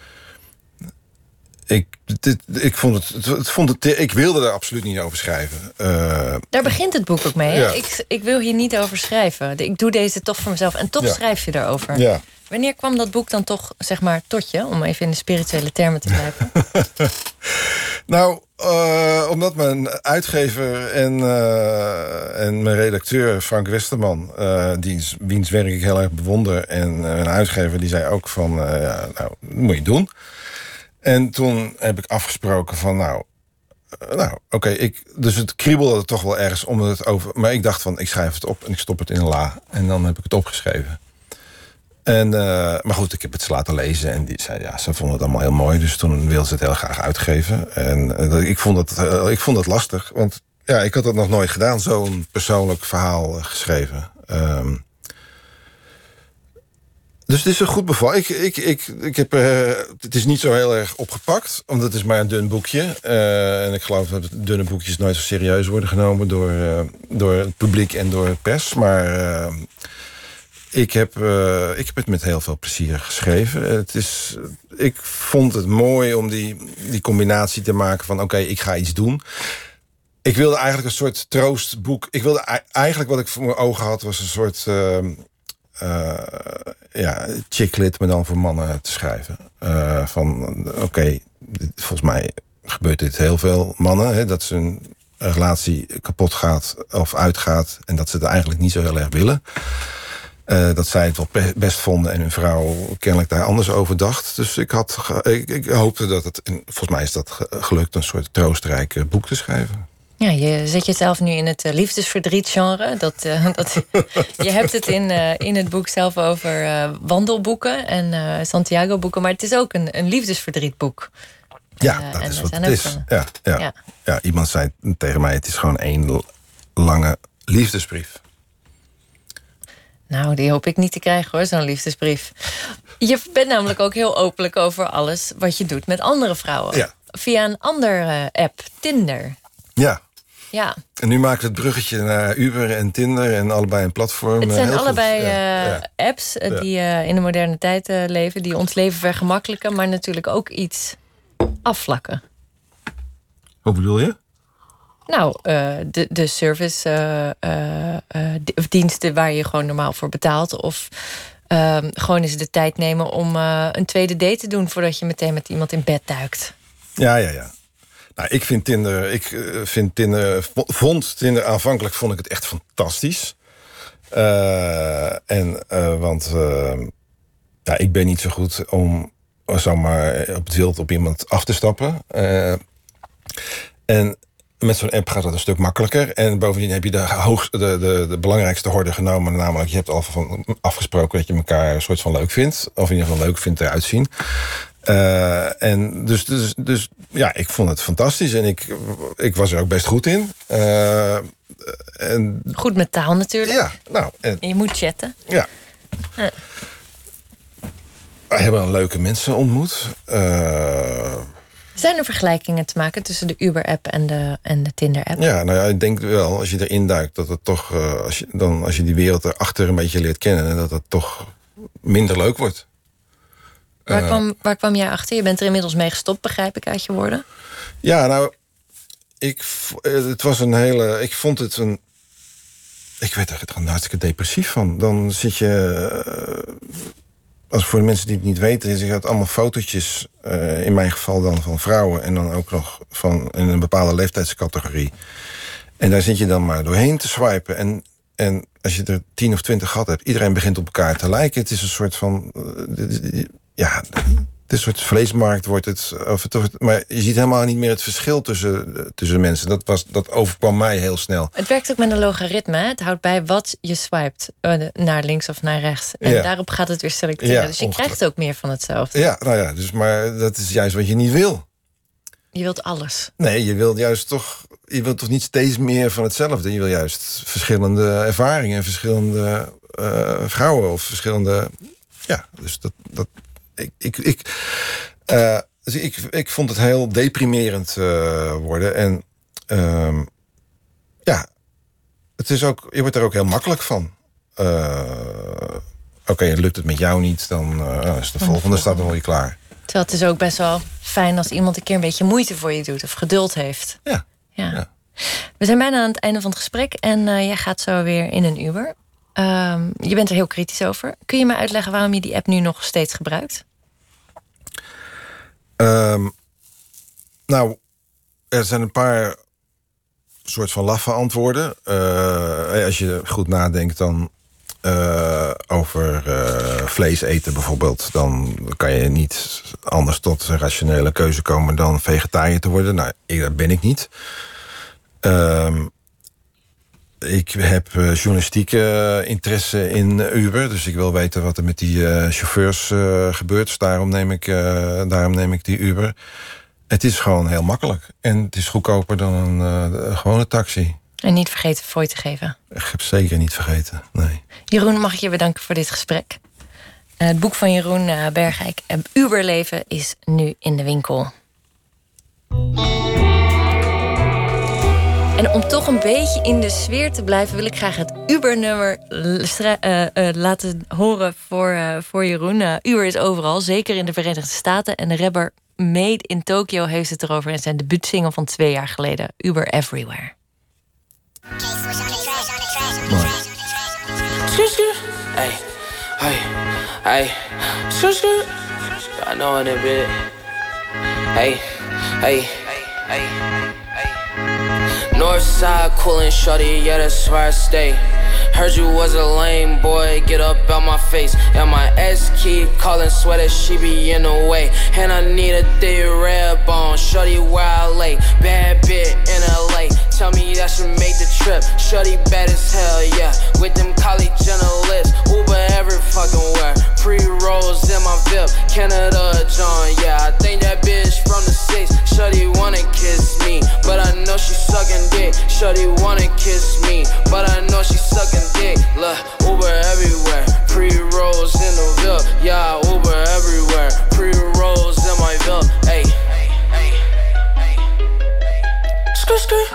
Ik, dit, ik, vond het, het, het vond het, ik wilde er absoluut niet over schrijven. Uh, Daar begint het boek ook mee. Ja. Ik, ik wil hier niet over schrijven. Ik doe deze toch voor mezelf. En toch ja. schrijf je erover. Ja. Wanneer kwam dat boek dan toch, zeg maar, tot je? Om even in de spirituele termen te blijven. Nou, uh, omdat mijn uitgever en, uh, en mijn redacteur Frank Westerman, uh, diens, wiens werk ik heel erg bewonder, en uh, mijn uitgever die zei ook van, uh, ja, nou, dat moet je doen. En toen heb ik afgesproken van, nou, uh, nou, oké, okay, ik, dus het kriebelde toch wel ergens om het over, maar ik dacht van, ik schrijf het op en ik stop het in een la en dan heb ik het opgeschreven. En, uh, maar goed, ik heb het ze laten lezen en die zei, ja, ze vonden het allemaal heel mooi, dus toen wilden ze het heel graag uitgeven. En uh, ik, vond het, uh, ik vond het lastig, want ja, ik had dat nog nooit gedaan, zo'n persoonlijk verhaal uh, geschreven. Um, dus het is een goed beval. Ik, ik, ik, ik heb, uh, het is niet zo heel erg opgepakt, omdat het is maar een dun boekje. Uh, en ik geloof dat dunne boekjes nooit zo serieus worden genomen door, uh, door het publiek en door de pers. Maar uh, ik, heb, uh, ik heb het met heel veel plezier geschreven. Het is, ik vond het mooi om die, die combinatie te maken van, oké, okay, ik ga iets doen. Ik wilde eigenlijk een soort troostboek. Ik wilde eigenlijk wat ik voor mijn ogen had, was een soort Uh, Uh, ja, chicklit, maar dan voor mannen te schrijven. Uh, van, oké, okay, volgens mij gebeurt dit heel veel mannen, hè, dat ze een relatie kapot gaat of uitgaat en dat ze het eigenlijk niet zo heel erg willen. Uh, dat zij het wel best vonden en hun vrouw kennelijk daar anders over dacht. Dus ik, had, ik, ik hoopte dat het, en volgens mij is dat gelukt, een soort troostrijk boek te schrijven. Ja, je zet jezelf nu in het uh, liefdesverdriet-genre. Dat, uh, dat, je hebt het in, uh, in het boek zelf over uh, wandelboeken en uh, Santiago-boeken. Maar het is ook een, een liefdesverdrietboek. Ja, uh, dat en is wat het het is. Een... Ja, ja. Ja. Ja, iemand zei tegen mij, het is gewoon één lange liefdesbrief. Nou, die hoop ik niet te krijgen hoor, zo'n liefdesbrief. Je bent namelijk ook heel openlijk over alles wat je doet met andere vrouwen. Ja. Via een andere app, Tinder. Ja. Ja. En nu maakt het bruggetje naar Uber en Tinder en allebei een platform. Het zijn heel allebei goed. Ja. Uh, Ja. apps uh, die uh, in de moderne tijd uh, leven, die ons leven vergemakkelijken, maar natuurlijk ook iets afvlakken. Wat bedoel je? Nou, uh, de, de service uh, uh, uh, of diensten waar je gewoon normaal voor betaalt, of uh, gewoon eens de tijd nemen om uh, een tweede date te doen voordat je meteen met iemand in bed duikt. Ja, ja, ja. Nou, ik vind Tinder, ik vind Tinder, vond Tinder aanvankelijk vond ik het echt fantastisch. Uh, en uh, want uh, ja, ik ben niet zo goed om zomaar op het wild op iemand af te stappen. Uh, en met zo'n app gaat dat een stuk makkelijker. En bovendien heb je de, hoogste, de, de, de belangrijkste horde genomen. Namelijk, je hebt al van afgesproken dat je elkaar een soort van leuk vindt. Of in ieder geval leuk vindt eruit zien. Uh, en dus, dus, dus ja, ik vond het fantastisch. En ik, ik was er ook best goed in. Uh, en, goed met taal natuurlijk. Ja, nou. En, en je moet chatten. Ja. Uh. We hebben leuke mensen ontmoet. Uh, Zijn er vergelijkingen te maken tussen de Uber-app en de, en de Tinder-app? Ja, nou ja, ik denk wel, als je erin duikt, dat het toch, uh, als je, dan, als je die wereld erachter een beetje leert kennen, dat het toch minder leuk wordt. Waar, uh, kwam, waar kwam jij achter? Je bent er inmiddels mee gestopt, begrijp ik uit je woorden. Ja, nou, ik, het was een hele... Ik vond het een... Ik werd er gewoon hartstikke depressief van. Dan zit je... Uh, als voor de mensen die het niet weten... je had allemaal fotootjes, uh, in mijn geval dan van vrouwen... en dan ook nog van in een bepaalde leeftijdscategorie. En daar zit je dan maar doorheen te swipen. En, en als je er tien of twintig gehad hebt... iedereen begint op elkaar te lijken. Het is een soort van... Uh, ja... Het is een soort vleesmarkt wordt het, of het. Maar je ziet helemaal niet meer het verschil tussen, tussen mensen. Dat, was, dat overkwam mij heel snel. Het werkt ook met een logaritme. Hè? Het houdt bij wat je swipet. Naar links of naar rechts. En ja. daarop gaat het weer selecteren. Ja, dus je krijgt ook meer van hetzelfde. Ja, nou ja, dus, maar dat is juist wat je niet wil. Je wilt alles. Nee, je wilt juist toch... Je wilt toch niet steeds meer van hetzelfde. Je wil juist verschillende ervaringen... verschillende uh, vrouwen of verschillende... Ja, dus dat... dat Ik, ik, ik, uh, dus ik, ik vond het heel deprimerend uh, worden. En uh, ja, het is ook, je wordt er ook heel makkelijk van. Uh, Oké, okay, lukt het met jou niet, dan uh, is de volgende staat nog wel klaar. Terwijl het is ook best wel fijn als iemand een keer een beetje moeite voor je doet. Of geduld heeft. Ja. ja. ja. We zijn bijna aan het einde van het gesprek. En uh, jij gaat zo weer in een Uber. Uh, je bent er heel kritisch over. Kun je me uitleggen waarom je die app nu nog steeds gebruikt? Um, nou, er zijn een paar soort van laffe antwoorden. Uh, als je goed nadenkt dan uh, over uh, vlees eten bijvoorbeeld... dan kan je niet anders tot een rationele keuze komen dan vegetariër te worden. Nou, dat ben ik niet. Um, Ik heb uh, journalistieke uh, interesse in uh, Uber. Dus ik wil weten wat er met die uh, chauffeurs uh, gebeurt. Dus daarom neem, ik, uh, daarom neem ik die Uber. Het is gewoon heel makkelijk. En het is goedkoper dan een uh, gewone taxi. En niet vergeten fooi te geven. Ik heb zeker niet vergeten, nee. Jeroen, mag ik je bedanken voor dit gesprek. Uh, het boek van Jeroen uh, Bergijk, uh, Uberleven, is nu in de winkel. En om toch een beetje in de sfeer te blijven... wil ik graag het Uber-nummer uh, uh, laten horen voor, uh, voor Jeroen. Uh, Uber is overal, zeker in de Verenigde Staten. En de rapper Made in Tokyo heeft het erover... in zijn debuutsingle van twee jaar geleden. Uber Everywhere. Hey, hey, hey. I know in a bit. Hey, hey, hey, hey. Northside coolin' shorty, yeah, that's where I stay. Heard you was a lame boy, get up out my face. And my ex keep calling, swear that she be in the way. And I need a thick red bone, shorty where I lay. Bad bit in L A, tell me that should make the trip. Shorty bad as hell, yeah, with them Kylie Jenner lips. Uber every fucking where, pre-rolls in my V I P. Canada John, yeah, I think that bitch from the six. Shorty wanna kiss me, but I know she sucking dick. Shorty wanna kiss me, but I know she sucking dick. Look, Uber everywhere, pre-rolls in the V I P. Yeah, Uber everywhere, pre-rolls in my V I P. Hey, hey, hey, hey. Skr, skr.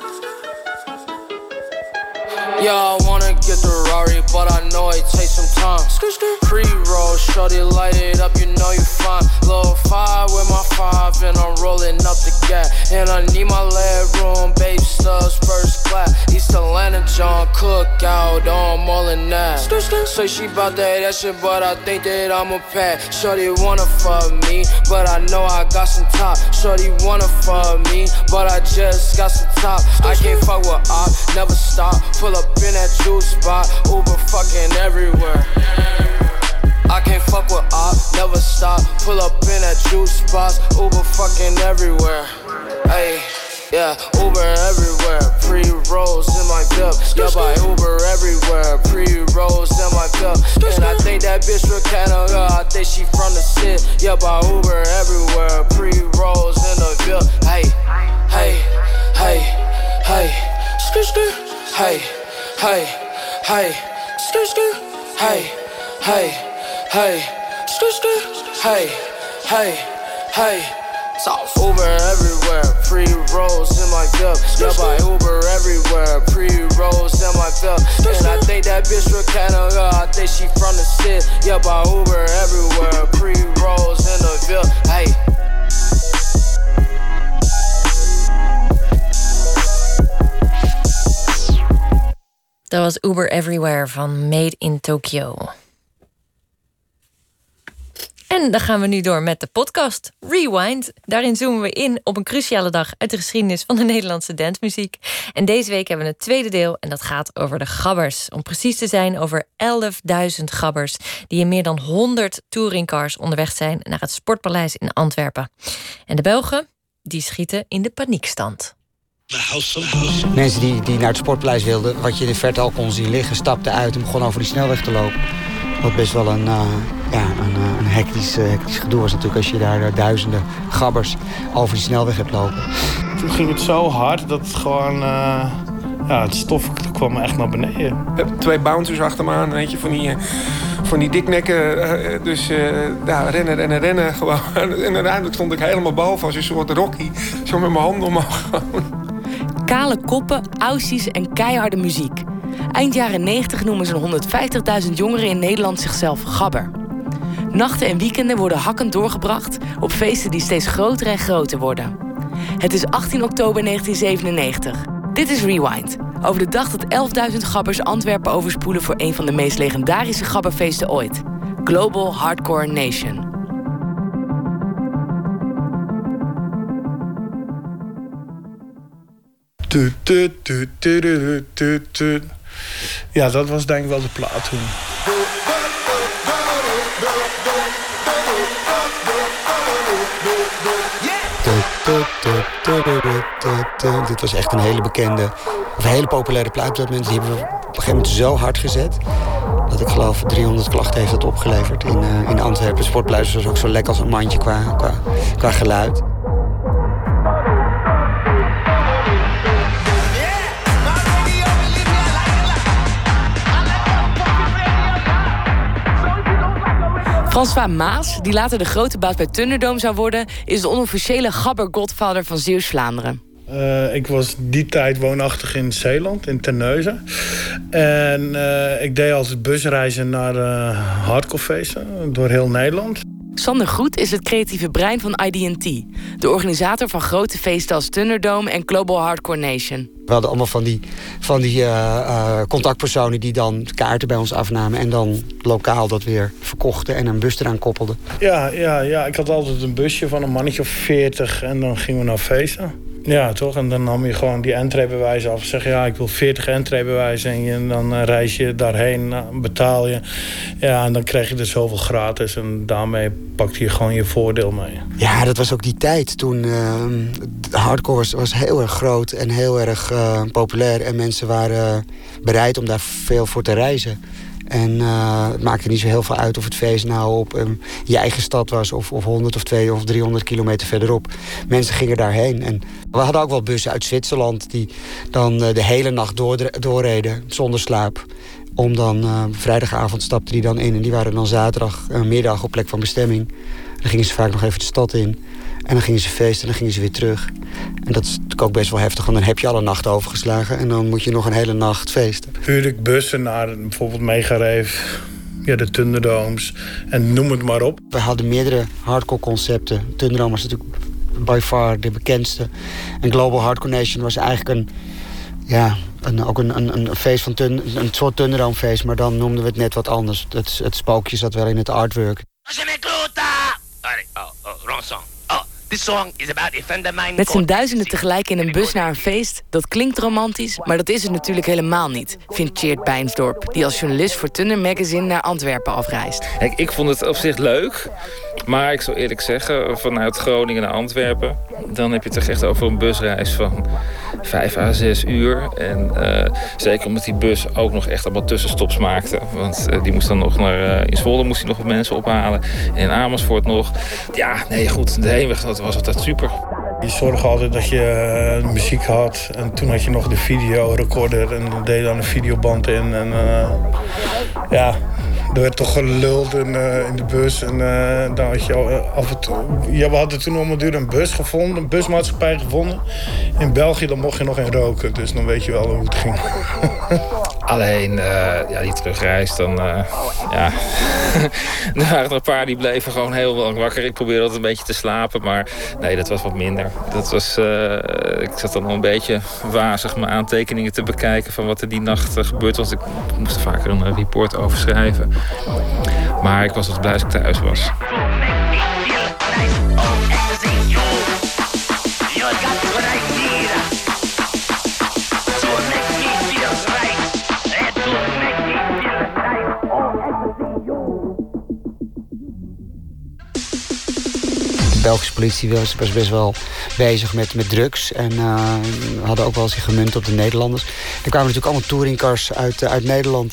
Yeah, I wanna get the Rari, but I know it takes some time. Pre-roll, shorty, light it up, you know you fine. Low five with my five, and I'm rolling up the gap. And I need my leg room, babe stubs, first class. East Atlanta, John Cookout, I'm all in that. Say she bout that, that shit, but I think that I'm a pack. Shorty wanna fuck me, but I know I got some top. Shorty wanna fuck me, but I just got some top. I can't fuck with op, never stop. Pull up in that juice spot, Uber fucking everywhere. I can't fuck with op, never stop. Pull up in that juice spot, Uber fucking everywhere. Hey, yeah, Uber everywhere. Pre-rolls in my V I P. Yeah, by Uber everywhere. Pre-rolls in my V I P. And I think that bitch from Canada, I think she from the city. Yeah, by Uber everywhere. Pre-rolls in the V I P. Hey, hey, hey, hey. Skr, skr. Hey, hey, hey. Skr, skr. Hey, hey, hey. Skr, skr. Hey, hey, hey. Uber everywhere, pre-rolls in my cup. Yeah, by Uber everywhere, pre-rolls in my cup. And I think that bitch from Canada, I think she from the city. Yeah, by Uber everywhere, pre-rolls in the ville. Hey. Dat was Uber Everywhere van Made in Tokyo. En dan gaan we nu door met de podcast Rewind. Daarin zoomen we in op een cruciale dag uit de geschiedenis van de Nederlandse dancemuziek. En deze week hebben we het tweede deel en dat gaat over de gabbers. Om precies te zijn over elfduizend gabbers die in meer dan honderd touringcars onderweg zijn naar het Sportpaleis in Antwerpen. En de Belgen, die schieten in de paniekstand. Mensen die, die naar het Sportpaleis wilden, wat je in de verte al kon zien liggen, stapten uit en begonnen over die snelweg te lopen. Wat best wel een, uh, ja, een, uh, een hectisch, uh, hectisch gedoe was natuurlijk als je daar uh, duizenden gabbers over die snelweg hebt lopen. Toen ging het zo hard dat het gewoon, uh, ja, het stof kwam echt naar beneden. Ik heb twee bouncers achter me aan, weet je, van die, uh, van die diknekken. Uh, dus uh, ja, rennen, rennen, rennen gewoon. En uiteindelijk stond ik helemaal boven als een soort Rocky, zo met mijn handen omhoog. Kale koppen, aussies en keiharde muziek. Eind jaren negentig noemen zo'n honderdvijftigduizend jongeren in Nederland zichzelf gabber. Nachten en weekenden worden hakkend doorgebracht op feesten die steeds groter en groter worden. Het is achttien oktober negentien zevenennegentig. Dit is Rewind, over de dag dat elfduizend gabbers Antwerpen overspoelen voor een van de meest legendarische gabberfeesten ooit. Global Hardcore Nation. Tu, tu, tu, tu, tu, tu, tu. Ja, dat was denk ik wel de plaat toen. Dit was echt een hele bekende, of een hele populaire plaat op dat moment. Die hebben we op een gegeven moment zo hard gezet dat ik geloof driehonderd klachten heeft dat opgeleverd in, uh, in Antwerpen. Het Sportpaleis was ook zo lekker als een mandje qua, qua, qua geluid. François Maas, die later de grote baas bij Thunderdome zou worden, is de onofficiële gabber-godfather van Zeeuws-Vlaanderen. Uh, ik was die tijd woonachtig in Zeeland, in Terneuzen. En uh, ik deed altijd busreizen naar uh, hardcorefeesten door heel Nederland. Sander Groet is het creatieve brein van I D en T, de organisator van grote feesten als Thunderdome en Global Hardcore Nation. We hadden allemaal van die, van die uh, uh, contactpersonen die dan kaarten bij ons afnamen en dan lokaal dat weer verkochten en een bus eraan koppelden. Ja, ja, ja, ik had altijd een busje van een mannetje of veertig en dan gingen we naar feesten. Ja, toch? En dan nam je gewoon die entreebewijzen af. Zeg je, ja, ik wil veertig entreebewijzen. En, en dan uh, reis je daarheen, uh, betaal je. Ja, en dan krijg je er zoveel gratis. En daarmee pakte je gewoon je voordeel mee. Ja, dat was ook die tijd toen uh, hardcore was, was heel erg groot en heel erg uh, populair. En mensen waren bereid om daar veel voor te reizen. En uh, het maakte niet zo heel veel uit of het feest nou op um, je eigen stad was... Of, of honderd of tweehonderd of driehonderd kilometer verderop. Mensen gingen daarheen. En we hadden ook wel bussen uit Zwitserland... die dan uh, de hele nacht door, doorreden zonder slaap. Om dan uh, vrijdagavond stapten die dan in. En die waren dan zaterdagmiddag uh, op plek van bestemming. Dan gingen ze vaak nog even de stad in. En dan gingen ze feesten en dan gingen ze weer terug. En dat is natuurlijk ook best wel heftig, want dan heb je alle nacht overgeslagen... en dan moet je nog een hele nacht feesten. Huurde ik bussen naar bijvoorbeeld Megarave, ja, de Thunderdomes en noem het maar op. We hadden meerdere hardcore concepten. Thunderdome was natuurlijk by far de bekendste. En Global Hardcore Nation was eigenlijk een... ja, een, ook een, een, een feest van tun, een soort Thunderdome feest... maar dan noemden we het net wat anders. Het, het spookje zat wel in het artwork. Met z'n duizenden tegelijk in een bus naar een feest, dat klinkt romantisch, maar dat is het natuurlijk helemaal niet, vindt Tjeerd Bijnsdorp, die als journalist voor Thunder Magazine naar Antwerpen afreist. Kijk, ik vond het op zich leuk, maar ik zal eerlijk zeggen, vanuit Groningen naar Antwerpen, dan heb je het echt over een busreis van vijf à zes uur. En uh, zeker omdat die bus ook nog echt allemaal tussenstops maakte, want uh, die moest dan nog naar uh, in Zwolle moest hij nog wat mensen ophalen en in Amersfoort nog. Ja, nee, goed, de heenweg dat was altijd super. Je zorgde altijd dat je uh, muziek had. En toen had je nog de videorecorder en deed dan een videoband in. En uh, ja, Er werd toch geluld in, uh, in de bus. En uh, dan had je al, uh, af en toe... Ja, we hadden toen om een duur een bus gevonden, een busmaatschappij gevonden. In België dan mocht je nog in roken, dus dan weet je wel hoe het ging. Alleen, uh, ja, die terugreis, dan... Uh, ja. Er waren er een paar die bleven gewoon heel lang wakker. Ik probeerde altijd een beetje te slapen, maar nee, dat was wat minder. Dat was, uh, ik zat dan nog een beetje wazig mijn aantekeningen te bekijken van wat er die nacht uh, gebeurd was. Ik moest er vaker een report over schrijven. Maar ik was wat blij als ik thuis was. De Belgische politie was, was best wel bezig met, met drugs. En uh, hadden ook wel eens gemunt op de Nederlanders. Er kwamen natuurlijk allemaal touringcars uit, uh, uit Nederland.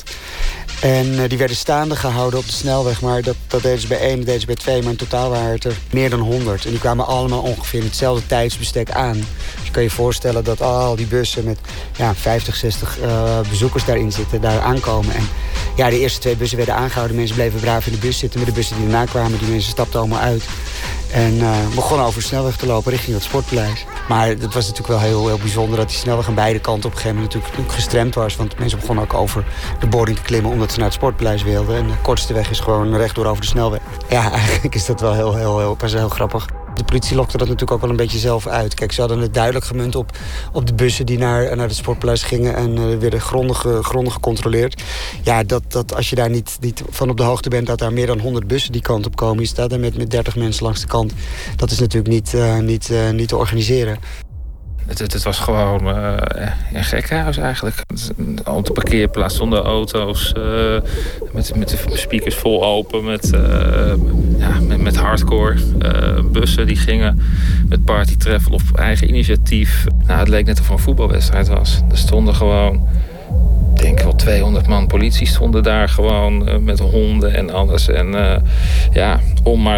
En uh, die werden staande gehouden op de snelweg. Maar dat, dat deden ze bij één, dat deden ze bij twee. Maar in totaal waren het er meer dan honderd. En die kwamen allemaal ongeveer in hetzelfde tijdsbestek aan. Dus je kan je voorstellen dat al die bussen met ja, vijftig, zestig uh, bezoekers daarin zitten, daar aankomen. En ja, de eerste twee bussen werden aangehouden. Mensen bleven braaf in de bus zitten. Met de bussen die erna kwamen, die mensen stapten allemaal uit. En uh, begonnen over de snelweg te lopen richting het Sportpaleis. Maar het was natuurlijk wel heel, heel bijzonder dat die snelweg aan beide kanten op een gegeven moment natuurlijk gestremd was. Want mensen begonnen ook over de boarding te klimmen omdat ze naar het Sportpaleis wilden. En de kortste weg is gewoon rechtdoor over de snelweg. Ja, eigenlijk is dat wel heel, heel, heel, heel, heel grappig. De politie lokte dat natuurlijk ook wel een beetje zelf uit. Kijk, ze hadden het duidelijk gemunt op, op de bussen die naar, naar het Sportpaleis gingen en uh, werden grondig, grondig gecontroleerd. Ja, dat, dat als je daar niet, niet van op de hoogte bent dat daar meer dan honderd bussen die kant op komen, je staat daar met, met dertig mensen langs de kant. Dat is natuurlijk niet, uh, niet, uh, niet te organiseren. Het, het, het was gewoon uh, een gekkenhuis eigenlijk. Op de parkeerplaats stonden auto's uh, met, met de speakers vol open, met, uh, ja, met, met hardcore uh, bussen die gingen met party travel op eigen initiatief. Nou, het leek net of het een voetbalwedstrijd was. Er stonden gewoon, ik denk wel tweehonderd man politie stonden daar gewoon uh, met honden en alles. En uh, ja, om maar...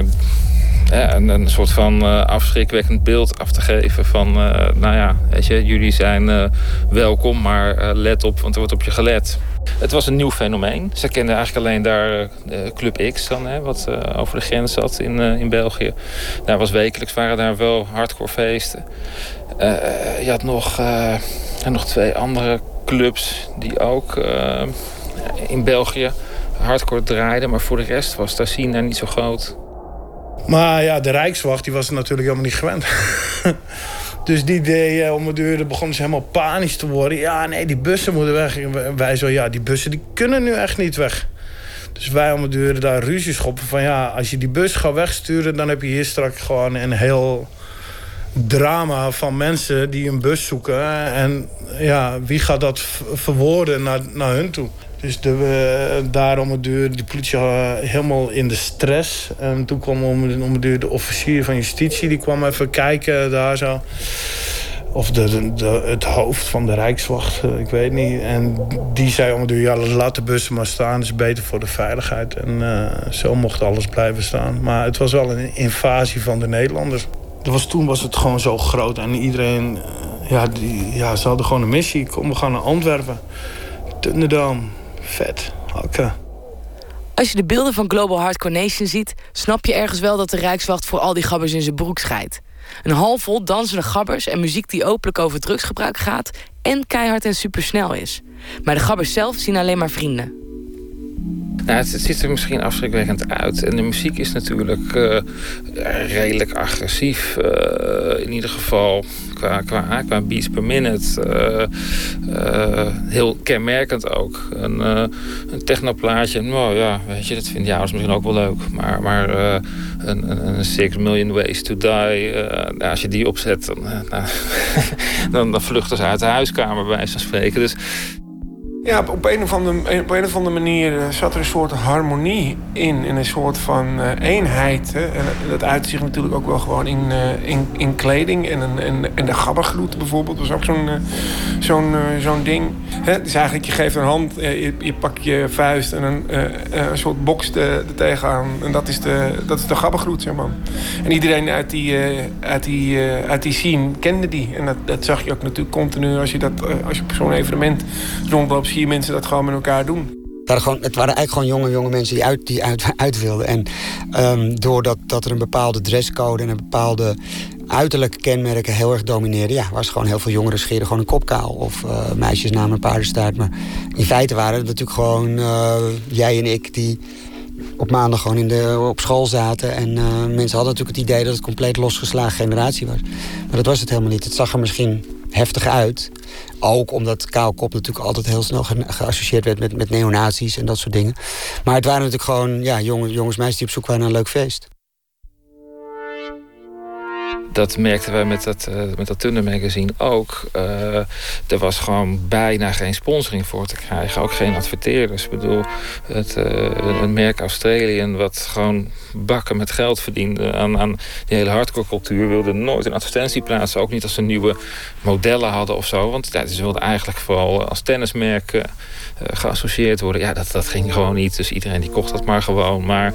Ja, een, een soort van uh, afschrikwekkend beeld af te geven van... Uh, nou ja, weet je, jullie zijn uh, welkom, maar uh, let op, want er wordt op je gelet. Het was een nieuw fenomeen. Ze kenden eigenlijk alleen daar uh, Club X dan, hè, wat uh, over de grens zat in, uh, in België. Daar was wekelijks, waren daar wel hardcore feesten. Uh, je had nog, uh, nog twee andere clubs die ook uh, in België hardcore draaiden. Maar voor de rest was de scene daar niet zo groot. Maar ja, de Rijkswacht die was er natuurlijk helemaal niet gewend. Dus die deed om de deur, begonnen ze helemaal panisch te worden. Ja, nee, die bussen moeten weg. En wij zo, ja, die bussen die kunnen nu echt niet weg. Dus wij om de deur daar ruzie schoppen van... ja, als je die bus gaat wegsturen, dan heb je hier straks gewoon een heel drama van mensen die een bus zoeken. En ja, wie gaat dat verwoorden naar, naar hun toe? Dus de, uh, daarom de deur, de politie uh, helemaal in de stress. En toen kwam om de, om de deur de officier van justitie, die kwam even kijken daar zo. Of de, de, de, het hoofd van de Rijkswacht, uh, ik weet niet. En die zei om de deur, ja, laat de bussen maar staan, dat is beter voor de veiligheid. En uh, zo mocht alles blijven staan. Maar het was wel een invasie van de Nederlanders. Dat was, toen was het gewoon zo groot en iedereen, uh, ja, die, ja, ze hadden gewoon een missie. Kom, we gaan naar Antwerpen, Thunderdam. Vet, hakken. Als je de beelden van Global Hardcore Nation ziet, snap je ergens wel dat de Rijkswacht voor al die gabbers in zijn broek scheidt. Een hal vol dansende gabbers en muziek die openlijk over drugsgebruik gaat en keihard en supersnel is. Maar de gabbers zelf zien alleen maar vrienden. Nou, het, het ziet er misschien afschrikwekkend uit. En de muziek is natuurlijk uh, redelijk agressief. Uh, in ieder geval qua, qua, qua beats per minute. Uh, uh, heel kenmerkend ook. Een, uh, een technoplaatje. Nou ja, weet je, dat vinden jou misschien ook wel leuk. Maar, maar uh, een, een, een Six Million Ways to Die. Uh, nou, als je die opzet, dan, uh, nou, dan, dan vluchten ze uit de huiskamer bij wijze van spreken. Dus... Ja, op een of andere, op een of andere manier zat er een soort harmonie in. In een soort van uh, eenheid. Hè. En dat uit zich natuurlijk ook wel gewoon in, uh, in, in kleding. En, en, en de gabbergroet bijvoorbeeld was ook zo'n uh, zo'n uh, zo'n ding. Hè. Dus eigenlijk, je geeft een hand, uh, je, je pakt je vuist en een, uh, een soort box er tegenaan. En dat is de, dat is de gabbergroet, zeg maar. En iedereen uit die, uh, uit die, uh, uit die scene kende die. En dat, dat zag je ook natuurlijk continu als je, dat, uh, als je op zo'n eventement rondloopt. Zie je mensen dat gewoon met elkaar doen. waren gewoon, het waren eigenlijk gewoon jonge, jonge mensen die uit, die uit, uit wilden. En um, doordat dat er een bepaalde dresscode en een bepaalde uiterlijke kenmerken heel erg domineerden, ja, was gewoon heel veel jongeren scheren gewoon een kop kaal. Of uh, meisjes namen een paardenstaart. Maar in feite waren het natuurlijk gewoon uh, jij en ik die op maandag gewoon in de, op school zaten. En uh, mensen hadden natuurlijk het idee dat het een compleet losgeslagen generatie was. Maar dat was het helemaal niet. Het zag er misschien heftig uit. Ook omdat kaalkop natuurlijk altijd heel snel ge- geassocieerd werd met, met neonazies en dat soort dingen. Maar het waren natuurlijk gewoon ja, jongens, jongens, meisjes die op zoek waren naar een leuk feest. Dat merkten wij met dat, uh, met dat Thunder magazine ook. Uh, er was gewoon bijna geen sponsoring voor te krijgen. Ook geen adverteerders. Ik bedoel, het, uh, een merk Australian wat gewoon bakken met geld verdiende aan, aan die hele hardcore cultuur, wilde nooit een advertentie plaatsen. Ook niet als ze nieuwe modellen hadden of zo. Want ja, ze wilden eigenlijk vooral als tennismerk uh, geassocieerd worden. Ja, dat, dat ging gewoon niet. Dus iedereen die kocht dat maar gewoon. Maar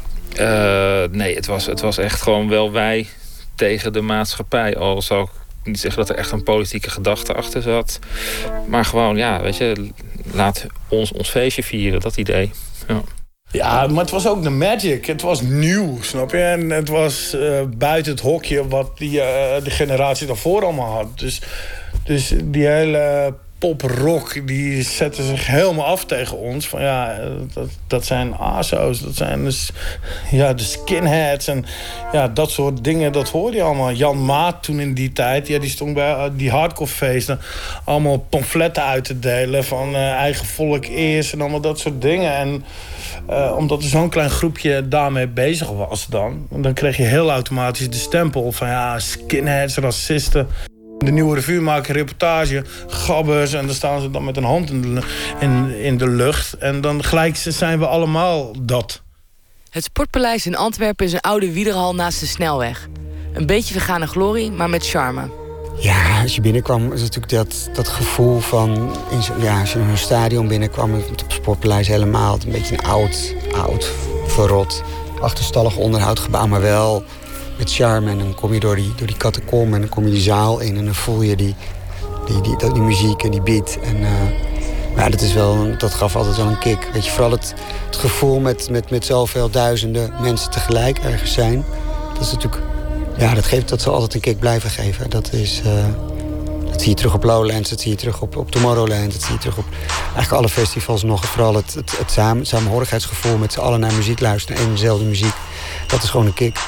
uh, nee, het was, het was echt gewoon wel wij tegen de maatschappij. Al zou ik niet zeggen dat er echt een politieke gedachte achter zat. Maar gewoon, ja, weet je, laat ons ons feestje vieren, dat idee. Ja. Ja, maar het was ook de magic. Het was nieuw, snap je? En het was uh, buiten het hokje wat die, uh, de generatie daarvoor allemaal had. Dus, dus die hele pop-rock, die zetten zich helemaal af tegen ons. Van ja, dat, dat zijn A S O's, dat zijn dus, ja, de skinheads en ja, dat soort dingen, dat hoorde je allemaal. Jan Maat toen in die tijd, ja, die stond bij die hardcore feesten allemaal pamfletten uit te delen van uh, eigen volk eerst en allemaal dat soort dingen. En uh, omdat er zo'n klein groepje daarmee bezig was dan, dan kreeg je heel automatisch de stempel van ja, skinheads, racisten. De Nieuwe Revue maken een reportage, gabbers, en dan staan ze dan met een hand in de, in, in de lucht. En dan gelijk zijn we allemaal dat. Het Sportpaleis in Antwerpen is een oude wiederhal naast de snelweg. Een beetje vergane glorie, maar met charme. Ja, als je binnenkwam, is natuurlijk dat, dat gevoel van, in zo, ja, als je in een stadion binnenkwam, het Sportpaleis helemaal, het een beetje een oud, oud, verrot, achterstallig onderhoudgebouw, maar wel met charme. En dan kom je door die, door die catacombe en dan kom je die zaal in en dan voel je die, die, die, die, die muziek en die beat. En uh, ja, dat, is wel, dat gaf altijd wel een kick. Weet je, vooral het, het gevoel met, met, met zoveel duizenden mensen tegelijk ergens zijn. Dat is natuurlijk, ja, dat geeft, dat zal altijd een kick blijven geven. Dat is, uh, dat zie je terug op Lowlands, dat zie je terug op, op Tomorrowland, dat zie je terug op eigenlijk alle festivals nog. Vooral het, het, het samen, samenhorigheidsgevoel met z'n allen naar muziek luisteren en dezelfde muziek. Dat is gewoon een kick.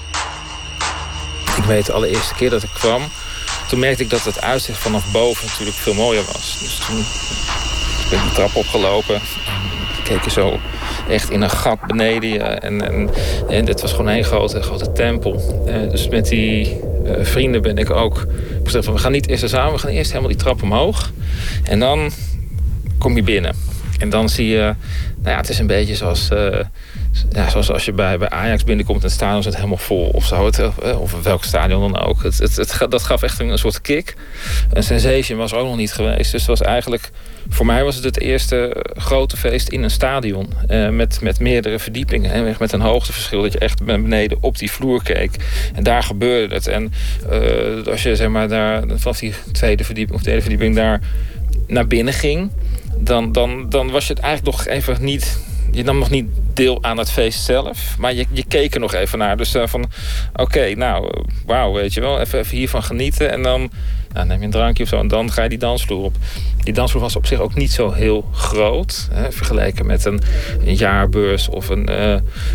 Ik weet de allereerste keer dat ik kwam, toen merkte ik dat het uitzicht vanaf boven natuurlijk veel mooier was. Dus toen ben ik de trap opgelopen en keek je zo echt in een gat beneden je. En, en, en het was gewoon een hele grote, grote tempel. Uh, dus met die uh, vrienden ben ik ook gezegd van, we gaan niet eerst samen, we gaan eerst helemaal die trap omhoog. En dan kom je binnen. En dan zie je, nou ja, het is een beetje zoals, uh, ja, zoals als je bij, bij Ajax binnenkomt en het stadion zit helemaal vol of zo. Het, of welk stadion dan ook. Het, het, het, dat gaf echt een, een soort kick. Een Sensation was ook nog niet geweest. Dus het was eigenlijk, voor mij was het het eerste grote feest in een stadion. Uh, met, met meerdere verdiepingen. Hè, met een hoogteverschil dat je echt beneden op die vloer keek. En daar gebeurde het. En uh, als je zeg maar daar vanaf die tweede verdieping of derde verdieping daar naar binnen ging, Dan, dan, dan was je het eigenlijk nog even niet. Je nam nog niet deel aan het feest zelf. Maar je, je keek er nog even naar. Dus uh, van, oké, okay, nou, wauw, weet je wel. Even, even hiervan genieten. En dan nou, neem je een drankje of zo. En dan ga je die dansvloer op. Die dansvloer was op zich ook niet zo heel groot. Hè, vergeleken met een, een jaarbeurs of een uh,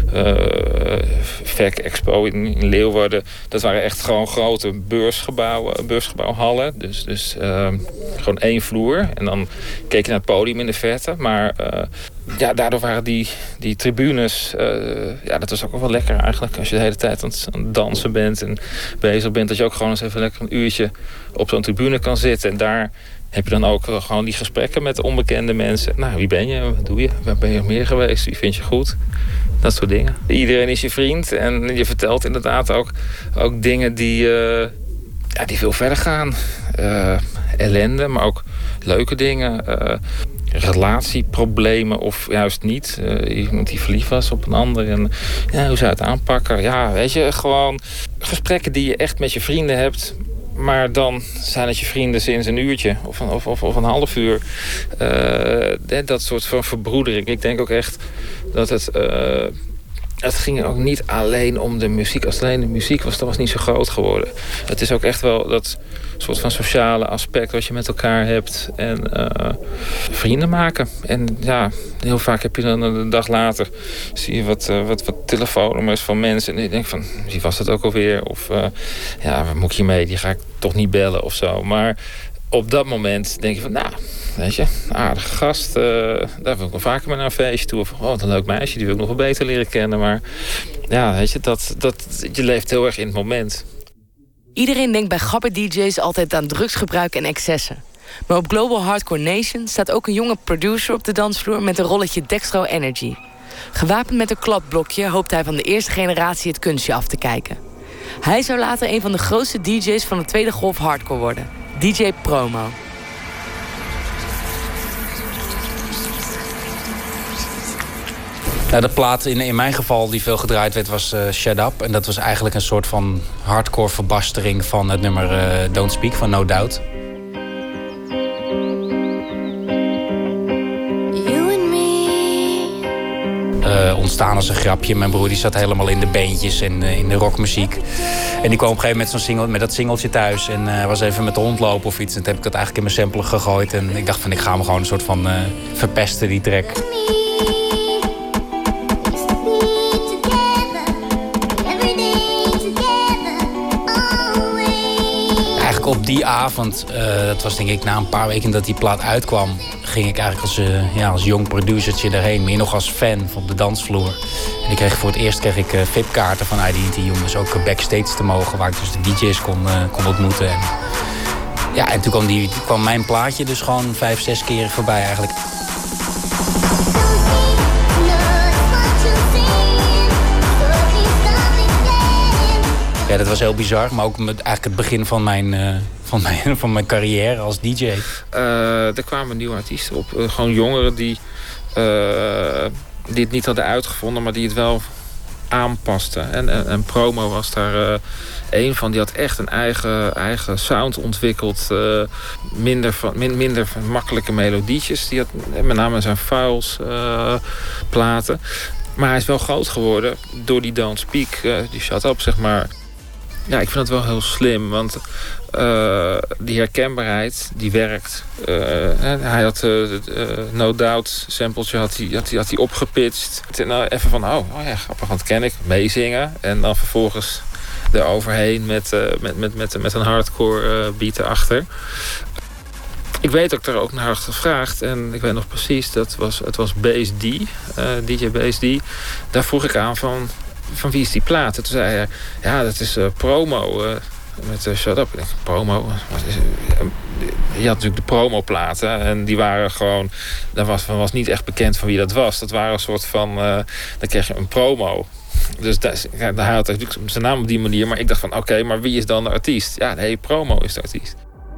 uh, V E C Expo in, in Leeuwarden. Dat waren echt gewoon grote beursgebouwen, beursgebouwhallen. Dus, dus uh, gewoon één vloer. En dan keek je naar het podium in de verte. Maar uh, ja, daardoor waren die, die tribunes, uh, ja, dat was ook wel lekker eigenlijk. Als je de hele tijd aan het dansen bent en bezig bent, dat je ook gewoon eens even lekker een uurtje op zo'n tribune kan zitten. En daar heb je dan ook gewoon die gesprekken met onbekende mensen. Nou, wie ben je? Wat doe je? Waar ben je nog meer geweest? Wie vind je goed? Dat soort dingen. Iedereen is je vriend en je vertelt inderdaad ook, ook dingen die, uh, ja, die veel verder gaan. Uh, ellende, maar ook leuke dingen. Uh, relatieproblemen of juist niet. Uh, iemand die verliefd was op een ander. En ja, hoe zou je het aanpakken? Ja, weet je, gewoon gesprekken die je echt met je vrienden hebt Maar dan zijn het je vrienden sinds een uurtje of een, of, of, of een half uur. Uh, dat soort van verbroedering. Ik denk ook echt dat het... Uh, het ging ook niet alleen om de muziek. Als het alleen de muziek was, dan was het niet zo groot geworden. Het is ook echt wel dat soort van sociale aspect wat je met elkaar hebt. En uh, vrienden maken. En ja, heel vaak heb je dan een dag later... zie je wat, uh, wat, wat telefoonnummers van mensen. En je denkt van, wie was dat ook alweer? Of uh, ja, waar moet ik je mee? Die ga ik toch niet bellen of zo. Maar op dat moment denk je van, nou... weet je, aardige gast, uh, daar wil ik wel vaker mee naar een feestje toe. Of, oh, wat een leuk meisje, die wil ik nog wel beter leren kennen. Maar ja, weet je, dat, dat, je leeft heel erg in het moment. Iedereen denkt bij gabber D J's altijd aan drugsgebruik en excessen. Maar op Global Hardcore Nation staat ook een jonge producer op de dansvloer met een rolletje Dextro Energy. Gewapend met een kladblokje hoopt hij van de eerste generatie het kunstje af te kijken. Hij zou later een van de grootste D J's van de tweede golf hardcore worden. D J Promo. Nou, de plaat in, in mijn geval die veel gedraaid werd was uh, Shut Up. En dat was eigenlijk een soort van hardcore verbastering van het nummer uh, Don't Speak van No Doubt. Uh, ontstaan als een grapje. Mijn broer die zat helemaal in de beentjes en uh, in de rockmuziek. En die kwam op een gegeven moment met, zo'n single, met dat singeltje thuis. En uh, was even met de hond lopen of iets. En toen heb ik dat eigenlijk in mijn sampler gegooid. En ik dacht van, ik ga hem gewoon een soort van uh, verpesten, die track. Op die avond, uh, dat was denk ik na een paar weken dat die plaat uitkwam... ging ik eigenlijk als, uh, ja, als jong producertje erheen, meer nog als fan op de dansvloer. En ik kreeg voor het eerst kreeg ik uh, V I P-kaarten van I D en T om dus ook backstage te mogen... waar ik dus de D J's kon, uh, kon ontmoeten. En, ja, en toen kwam, die, kwam mijn plaatje dus gewoon vijf, zes keer voorbij eigenlijk. Ja, dat was heel bizar, maar ook met eigenlijk het begin van mijn, uh, van mijn, van mijn carrière als D J. Uh, er kwamen nieuwe artiesten op. Uh, gewoon jongeren die, uh, die het niet hadden uitgevonden, maar die het wel aanpasten. En, en, en Promo was daar uh, een van. Die had echt een eigen, eigen sound ontwikkeld. Uh, minder, van, min, minder van makkelijke melodietjes. Die had met name zijn Files uh, platen. Maar hij is wel groot geworden door die Don't Speak, uh, die Shut Up, zeg maar. Ja, ik vind het wel heel slim, want uh, die herkenbaarheid, die werkt. Uh, hij had uh, uh, No Doubt sampletje had hij, had hij, had hij opgepitcht. En nou even van, oh, oh ja, grappig, want ken ik. Meezingen en dan vervolgens eroverheen met, uh, met, met, met, met een hardcore uh, beat erachter. Ik weet dat ik er ook naar had gevraagd. En ik weet nog precies, dat was, het was Bass D, uh, D J Bass D. Daar vroeg ik aan van, van wie is die plaat? Toen zei hij, ja, dat is uh, Promo. Uh, met uh, Shut Up. Ik denk, Promo? Je had natuurlijk de promoplaten. En die waren gewoon... Daar was, was niet echt bekend van wie dat was. Dat waren een soort van... Uh, dan kreeg je een promo. Dus daar, daar had hij natuurlijk zijn naam op die manier. Maar ik dacht van, oké, okay, maar wie is dan de artiest? Ja, nee, Promo is de artiest.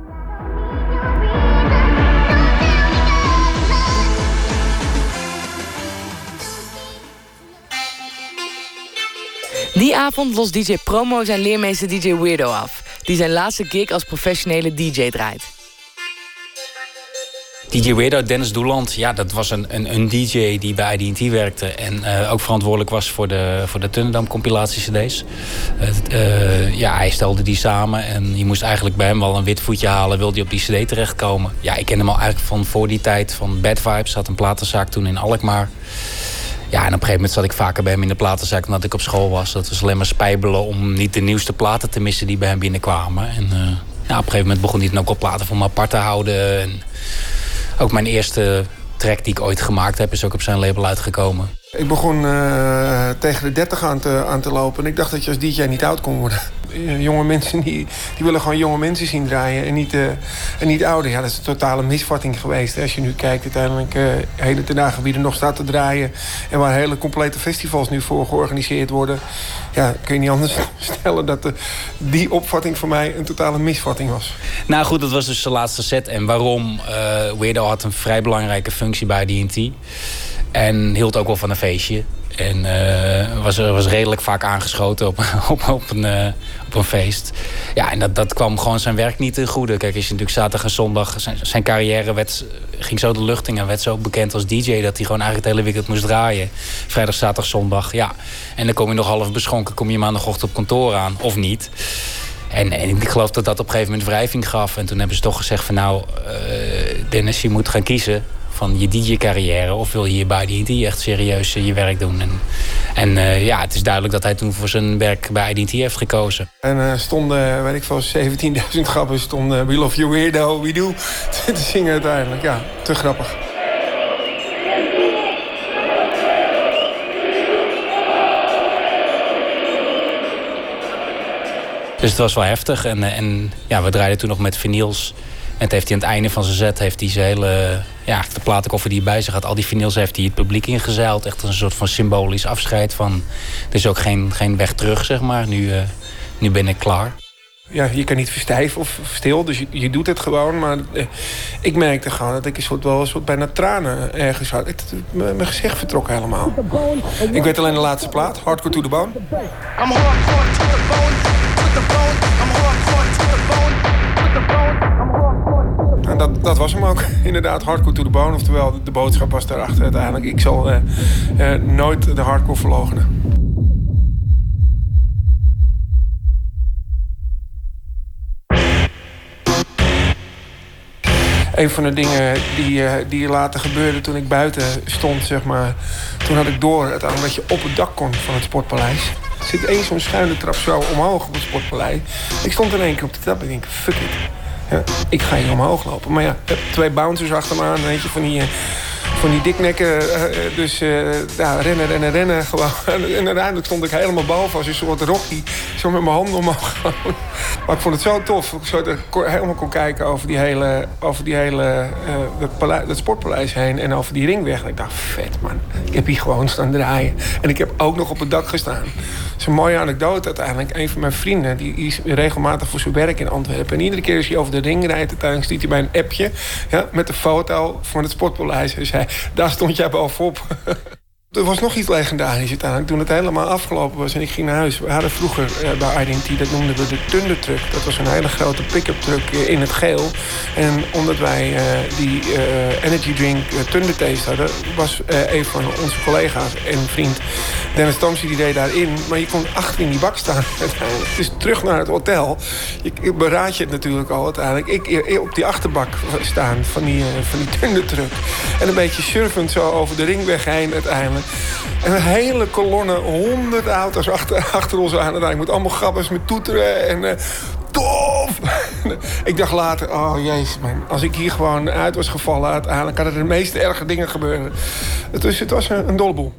Die avond lost D J Promo zijn leermeester D J Weirdo af, die zijn laatste gig als professionele D J draait. D J Weirdo, Dennis Doeland, ja, dat was een, een, een D J die bij I D en T werkte en uh, ook verantwoordelijk was voor de, voor de Thunderdome compilatie-cd's. Uh, uh, ja, hij stelde die samen en je moest eigenlijk bij hem wel een wit voetje halen, wilde hij op die cd terechtkomen. Ja, ik ken hem al eigenlijk van voor die tijd, van Bad Vibes, had een platenzaak toen in Alkmaar. Ja, en op een gegeven moment zat ik vaker bij hem in de platenzaak omdat ik op school was. Dat was alleen maar spijbelen om niet de nieuwste platen te missen die bij hem binnenkwamen. En uh, ja, op een gegeven moment begon hij dan ook al platen voor me apart te houden. En ook mijn eerste track die ik ooit gemaakt heb is ook op zijn label uitgekomen. Ik begon uh, tegen de dertig aan te, aan te lopen en ik dacht dat je als D J niet oud kon worden. Jonge mensen die, die willen gewoon jonge mensen zien draaien en niet, uh, en niet ouder. Ja, dat is een totale misvatting geweest. Hè. Als je nu kijkt uiteindelijk uh, hele te dagen wie er nog staat te draaien en waar hele complete festivals nu voor georganiseerd worden. Ja, kun je niet anders stellen dat de, die opvatting voor mij een totale misvatting was. Nou goed, dat was dus de laatste set. En waarom? Uh, Weirdo had een vrij belangrijke functie bij I D en T. En hield ook wel van een feestje. En uh, was, was redelijk vaak aangeschoten op, op, op, een, uh, op een feest. Ja, en dat, dat kwam gewoon zijn werk niet ten goede. Kijk, als je natuurlijk zaterdag en zondag... Zijn, zijn carrière werd, ging zo de lucht in en werd zo bekend als D J... dat hij gewoon eigenlijk het hele weekend moest draaien. Vrijdag, zaterdag, zondag, ja. En dan kom je nog half beschonken, kom je maandagochtend op kantoor aan. Of niet. En, en ik geloof dat dat op een gegeven moment wrijving gaf. En toen hebben ze toch gezegd van nou, uh, Dennis, je moet gaan kiezen van je D J-carrière... of wil je hier bij I D en T echt serieus je werk doen. En, en uh, ja, het is duidelijk dat hij toen voor zijn werk bij I D en T heeft gekozen. En uh, stonden, weet ik veel, zeventienduizend grappen... stonden uh, We Love You Weirdo, We Do te zingen uiteindelijk. Ja, te grappig. Dus het was wel heftig. En, en ja, we draaiden toen nog met vinyls. En het heeft hij aan het einde van zijn set heeft hij zijn hele, ja, de platenkoffer die hij bij zich had, al die vinyls heeft hij het publiek ingezeild. Echt een soort van symbolisch afscheid van. Er is ook geen, geen weg terug, zeg maar. Nu, uh, nu ben ik klaar. Ja, je kan niet verstijven of stil, dus je, je doet het gewoon. Maar uh, ik merkte gewoon dat ik een soort, wel een soort bijna tranen ergens had. Het, mijn gezicht vertrok helemaal. Ik weet alleen de laatste plaat, Hardcore to the Bone. I'm hardcore to the bone, to the bone. I'm hardcore to the bone, to the bone. I'm hardcore. En dat, dat was hem ook, inderdaad, Hardcore to the Bone. Oftewel, de boodschap was daarachter uiteindelijk. Ik zal uh, uh, nooit de hardcore verloochenen. Een van de dingen die, uh, die later gebeurde toen ik buiten stond, zeg maar. Toen had ik door uiteindelijk dat je op het dak kon van het Sportpaleis. Er zit één zo'n schuine trap zo omhoog op het Sportpaleis. Ik stond in één keer op de trap en ik denk, fuck it. Ja, ik ga hier omhoog lopen. Maar ja, twee bouncers achter me aan, weet je, van die... Uh, Van die diknekken, dus uh, ja, rennen, rennen, rennen gewoon. En uiteindelijk stond ik helemaal boven als een soort Rocky. Zo met mijn handen omhoog. Maar ik vond het zo tof. Ik zo helemaal kon kijken over die hele, over die hele uh, dat, paleis, dat sportpaleis heen. En over die ringweg. En ik dacht, vet man. Ik heb hier gewoon staan draaien. En ik heb ook nog op het dak gestaan. Dat is een mooie anekdote uiteindelijk. Een van mijn vrienden, die is regelmatig voor zijn werk in Antwerpen. En iedere keer als hij over de ring rijdt, uiteindelijk stiet hij bij een appje. Ja, met de foto van het sportpaleis. Hij zei, daar stond jij bovenop. Er was nog iets legendarisch uiteindelijk. Toen het helemaal afgelopen was en ik ging naar huis. We hadden vroeger uh, bij I D en T, dat noemden we de Thunder Truck. Dat was een hele grote pick-up truck uh, in het geel. En omdat wij uh, die uh, energy drink uh, Thunder Taste hadden, was uh, een van onze collega's en vriend Dennis Thompson, die deed daarin. Maar je kon achter in die bak staan uiteindelijk. Dus terug naar het hotel. Je beraad je het natuurlijk al uiteindelijk. Ik, ik op die achterbak staan van die, uh, van die Thunder Truck. En een beetje surfend zo over de ringweg heen uiteindelijk. En een hele kolonne, honderd auto's achter, achter ons aan. En ik moet allemaal grappers met toeteren en... Uh, tof! Ik dacht later, oh jezus man, als ik hier gewoon uit was gevallen uiteindelijk hadden er de meeste erge dingen gebeuren. Het was, het was een, een dolle boel.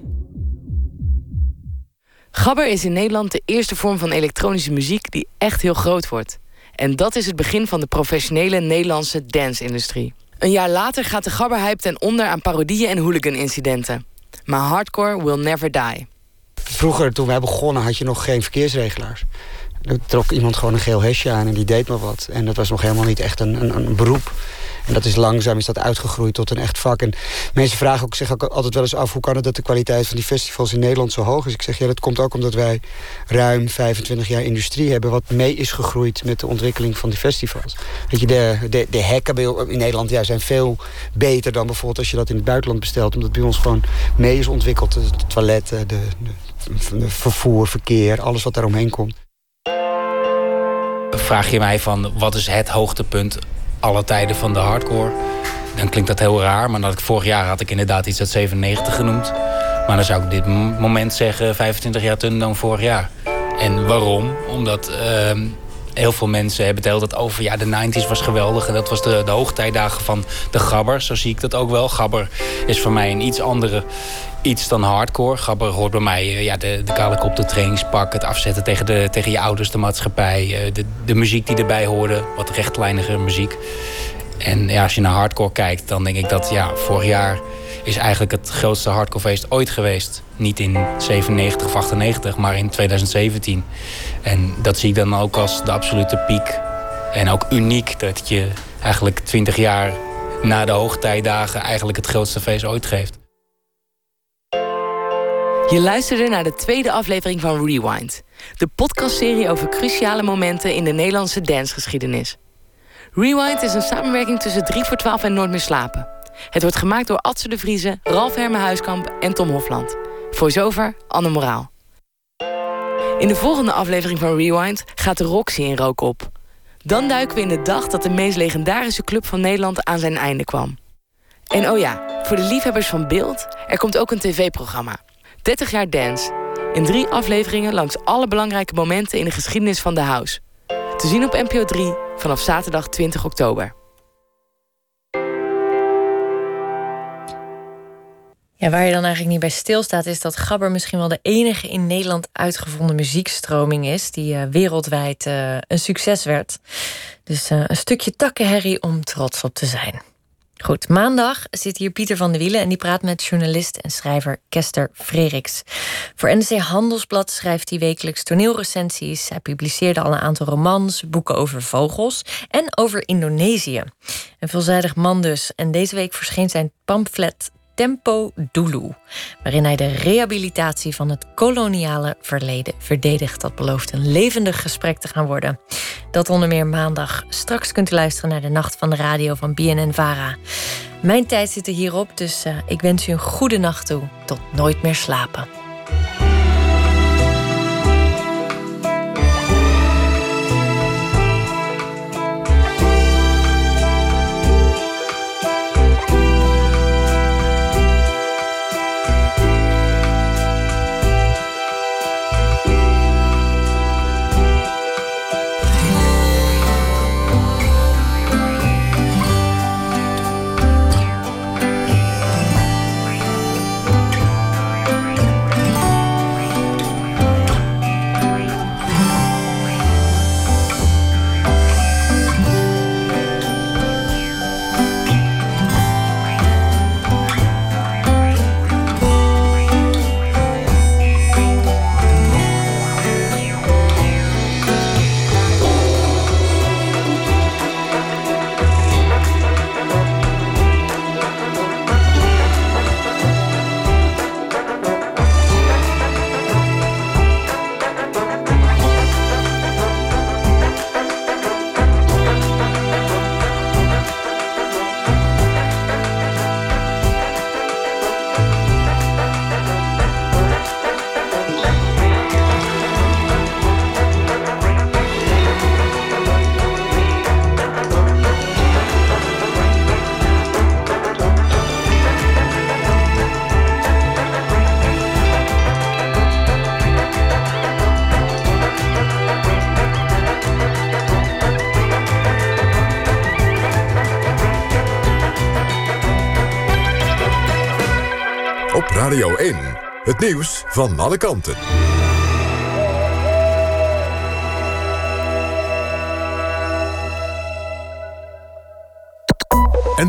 Gabber is in Nederland de eerste vorm van elektronische muziek die echt heel groot wordt. En dat is het begin van de professionele Nederlandse dance-industrie. Een jaar later gaat de Gabber-hype ten onder aan parodieën en hooligan-incidenten. Maar hardcore will never die. Vroeger, toen wij begonnen, had je nog geen verkeersregelaars. Er trok iemand gewoon een geel hesje aan en die deed maar wat. En dat was nog helemaal niet echt een, een, een beroep. En dat is langzaam is dat uitgegroeid tot een echt vak. En mensen vragen ook, zich ook altijd wel eens af, hoe kan het dat de kwaliteit van die festivals in Nederland zo hoog is? Ik zeg, ja, dat komt ook omdat wij ruim vijfentwintig jaar industrie hebben, wat mee is gegroeid met de ontwikkeling van die festivals. Weet je, de, de, de hekken in Nederland ja, zijn veel beter dan bijvoorbeeld als je dat in het buitenland bestelt. Omdat bij ons gewoon mee is ontwikkeld. De toiletten, de, de, de vervoer, verkeer, alles wat daaromheen komt. Vraag je mij van, wat is het hoogtepunt alle tijden van de hardcore? Dan klinkt dat heel raar, maar dat ik vorig jaar had ik inderdaad iets uit zevenennegentig genoemd. Maar dan zou ik dit moment zeggen, vijfentwintig jaar Thunderdome vorig jaar. En waarom? Omdat uh, heel veel mensen hebben het hele tijd over, ja, de negentig was geweldig. En dat was de, de hoogtijdagen van de Gabber, zo zie ik dat ook wel. Gabber is voor mij een iets andere iets dan hardcore. Gabber hoort bij mij uh, ja, de, de kale kop, de trainingspak, het afzetten tegen, de, tegen je ouders, de maatschappij, uh, de, de muziek die erbij hoorde, wat rechtlijnige muziek. En ja, als je naar hardcore kijkt, dan denk ik dat ja, vorig jaar is eigenlijk het grootste hardcorefeest ooit geweest. Niet in zevenennegentig of achtennegentig, maar in twintig zeventien. En dat zie ik dan ook als de absolute piek. En ook uniek dat je eigenlijk twintig jaar na de hoogtijdagen eigenlijk het grootste feest ooit geeft. Je luisterde naar de tweede aflevering van Rewind. De podcastserie over cruciale momenten in de Nederlandse dancegeschiedenis. Rewind is een samenwerking tussen drie voor twaalf en Nooit meer slapen. Het wordt gemaakt door Adse de Vrieze, Ralf Hermen Huiskamp en Tom Hofland. Voor zover Anne Moraal. In de volgende aflevering van Rewind gaat de Roxy in rook op. Dan duiken we in de dag dat de meest legendarische club van Nederland aan zijn einde kwam. En oh ja, voor de liefhebbers van beeld, er komt ook een tv-programma. dertig jaar Dance. In drie afleveringen langs alle belangrijke momenten in de geschiedenis van de house. Te zien op N P O drie vanaf zaterdag twintig oktober. Ja, waar je dan eigenlijk niet bij stilstaat is dat gabber misschien wel de enige in Nederland uitgevonden muziekstroming is die uh, wereldwijd uh, een succes werd. Dus uh, een stukje takkenherrie om trots op te zijn. Goed, maandag zit hier Pieter van de Wielen en die praat met journalist en schrijver Kester Freriks. Voor N R C Handelsblad schrijft hij wekelijks toneelrecensies. Hij publiceerde al een aantal romans, boeken over vogels en over Indonesië. Een veelzijdig man dus. En deze week verscheen zijn pamflet Tempo Dulu, waarin hij de rehabilitatie van het koloniale verleden verdedigt. Dat belooft een levendig gesprek te gaan worden. Dat onder meer maandag. Straks kunt u luisteren naar de Nacht van de Radio van B N N-Vara. Mijn tijd zit er hierop, dus uh, ik wens u een goede nacht toe. Tot nooit meer slapen. Radio één. Het nieuws van alle kanten.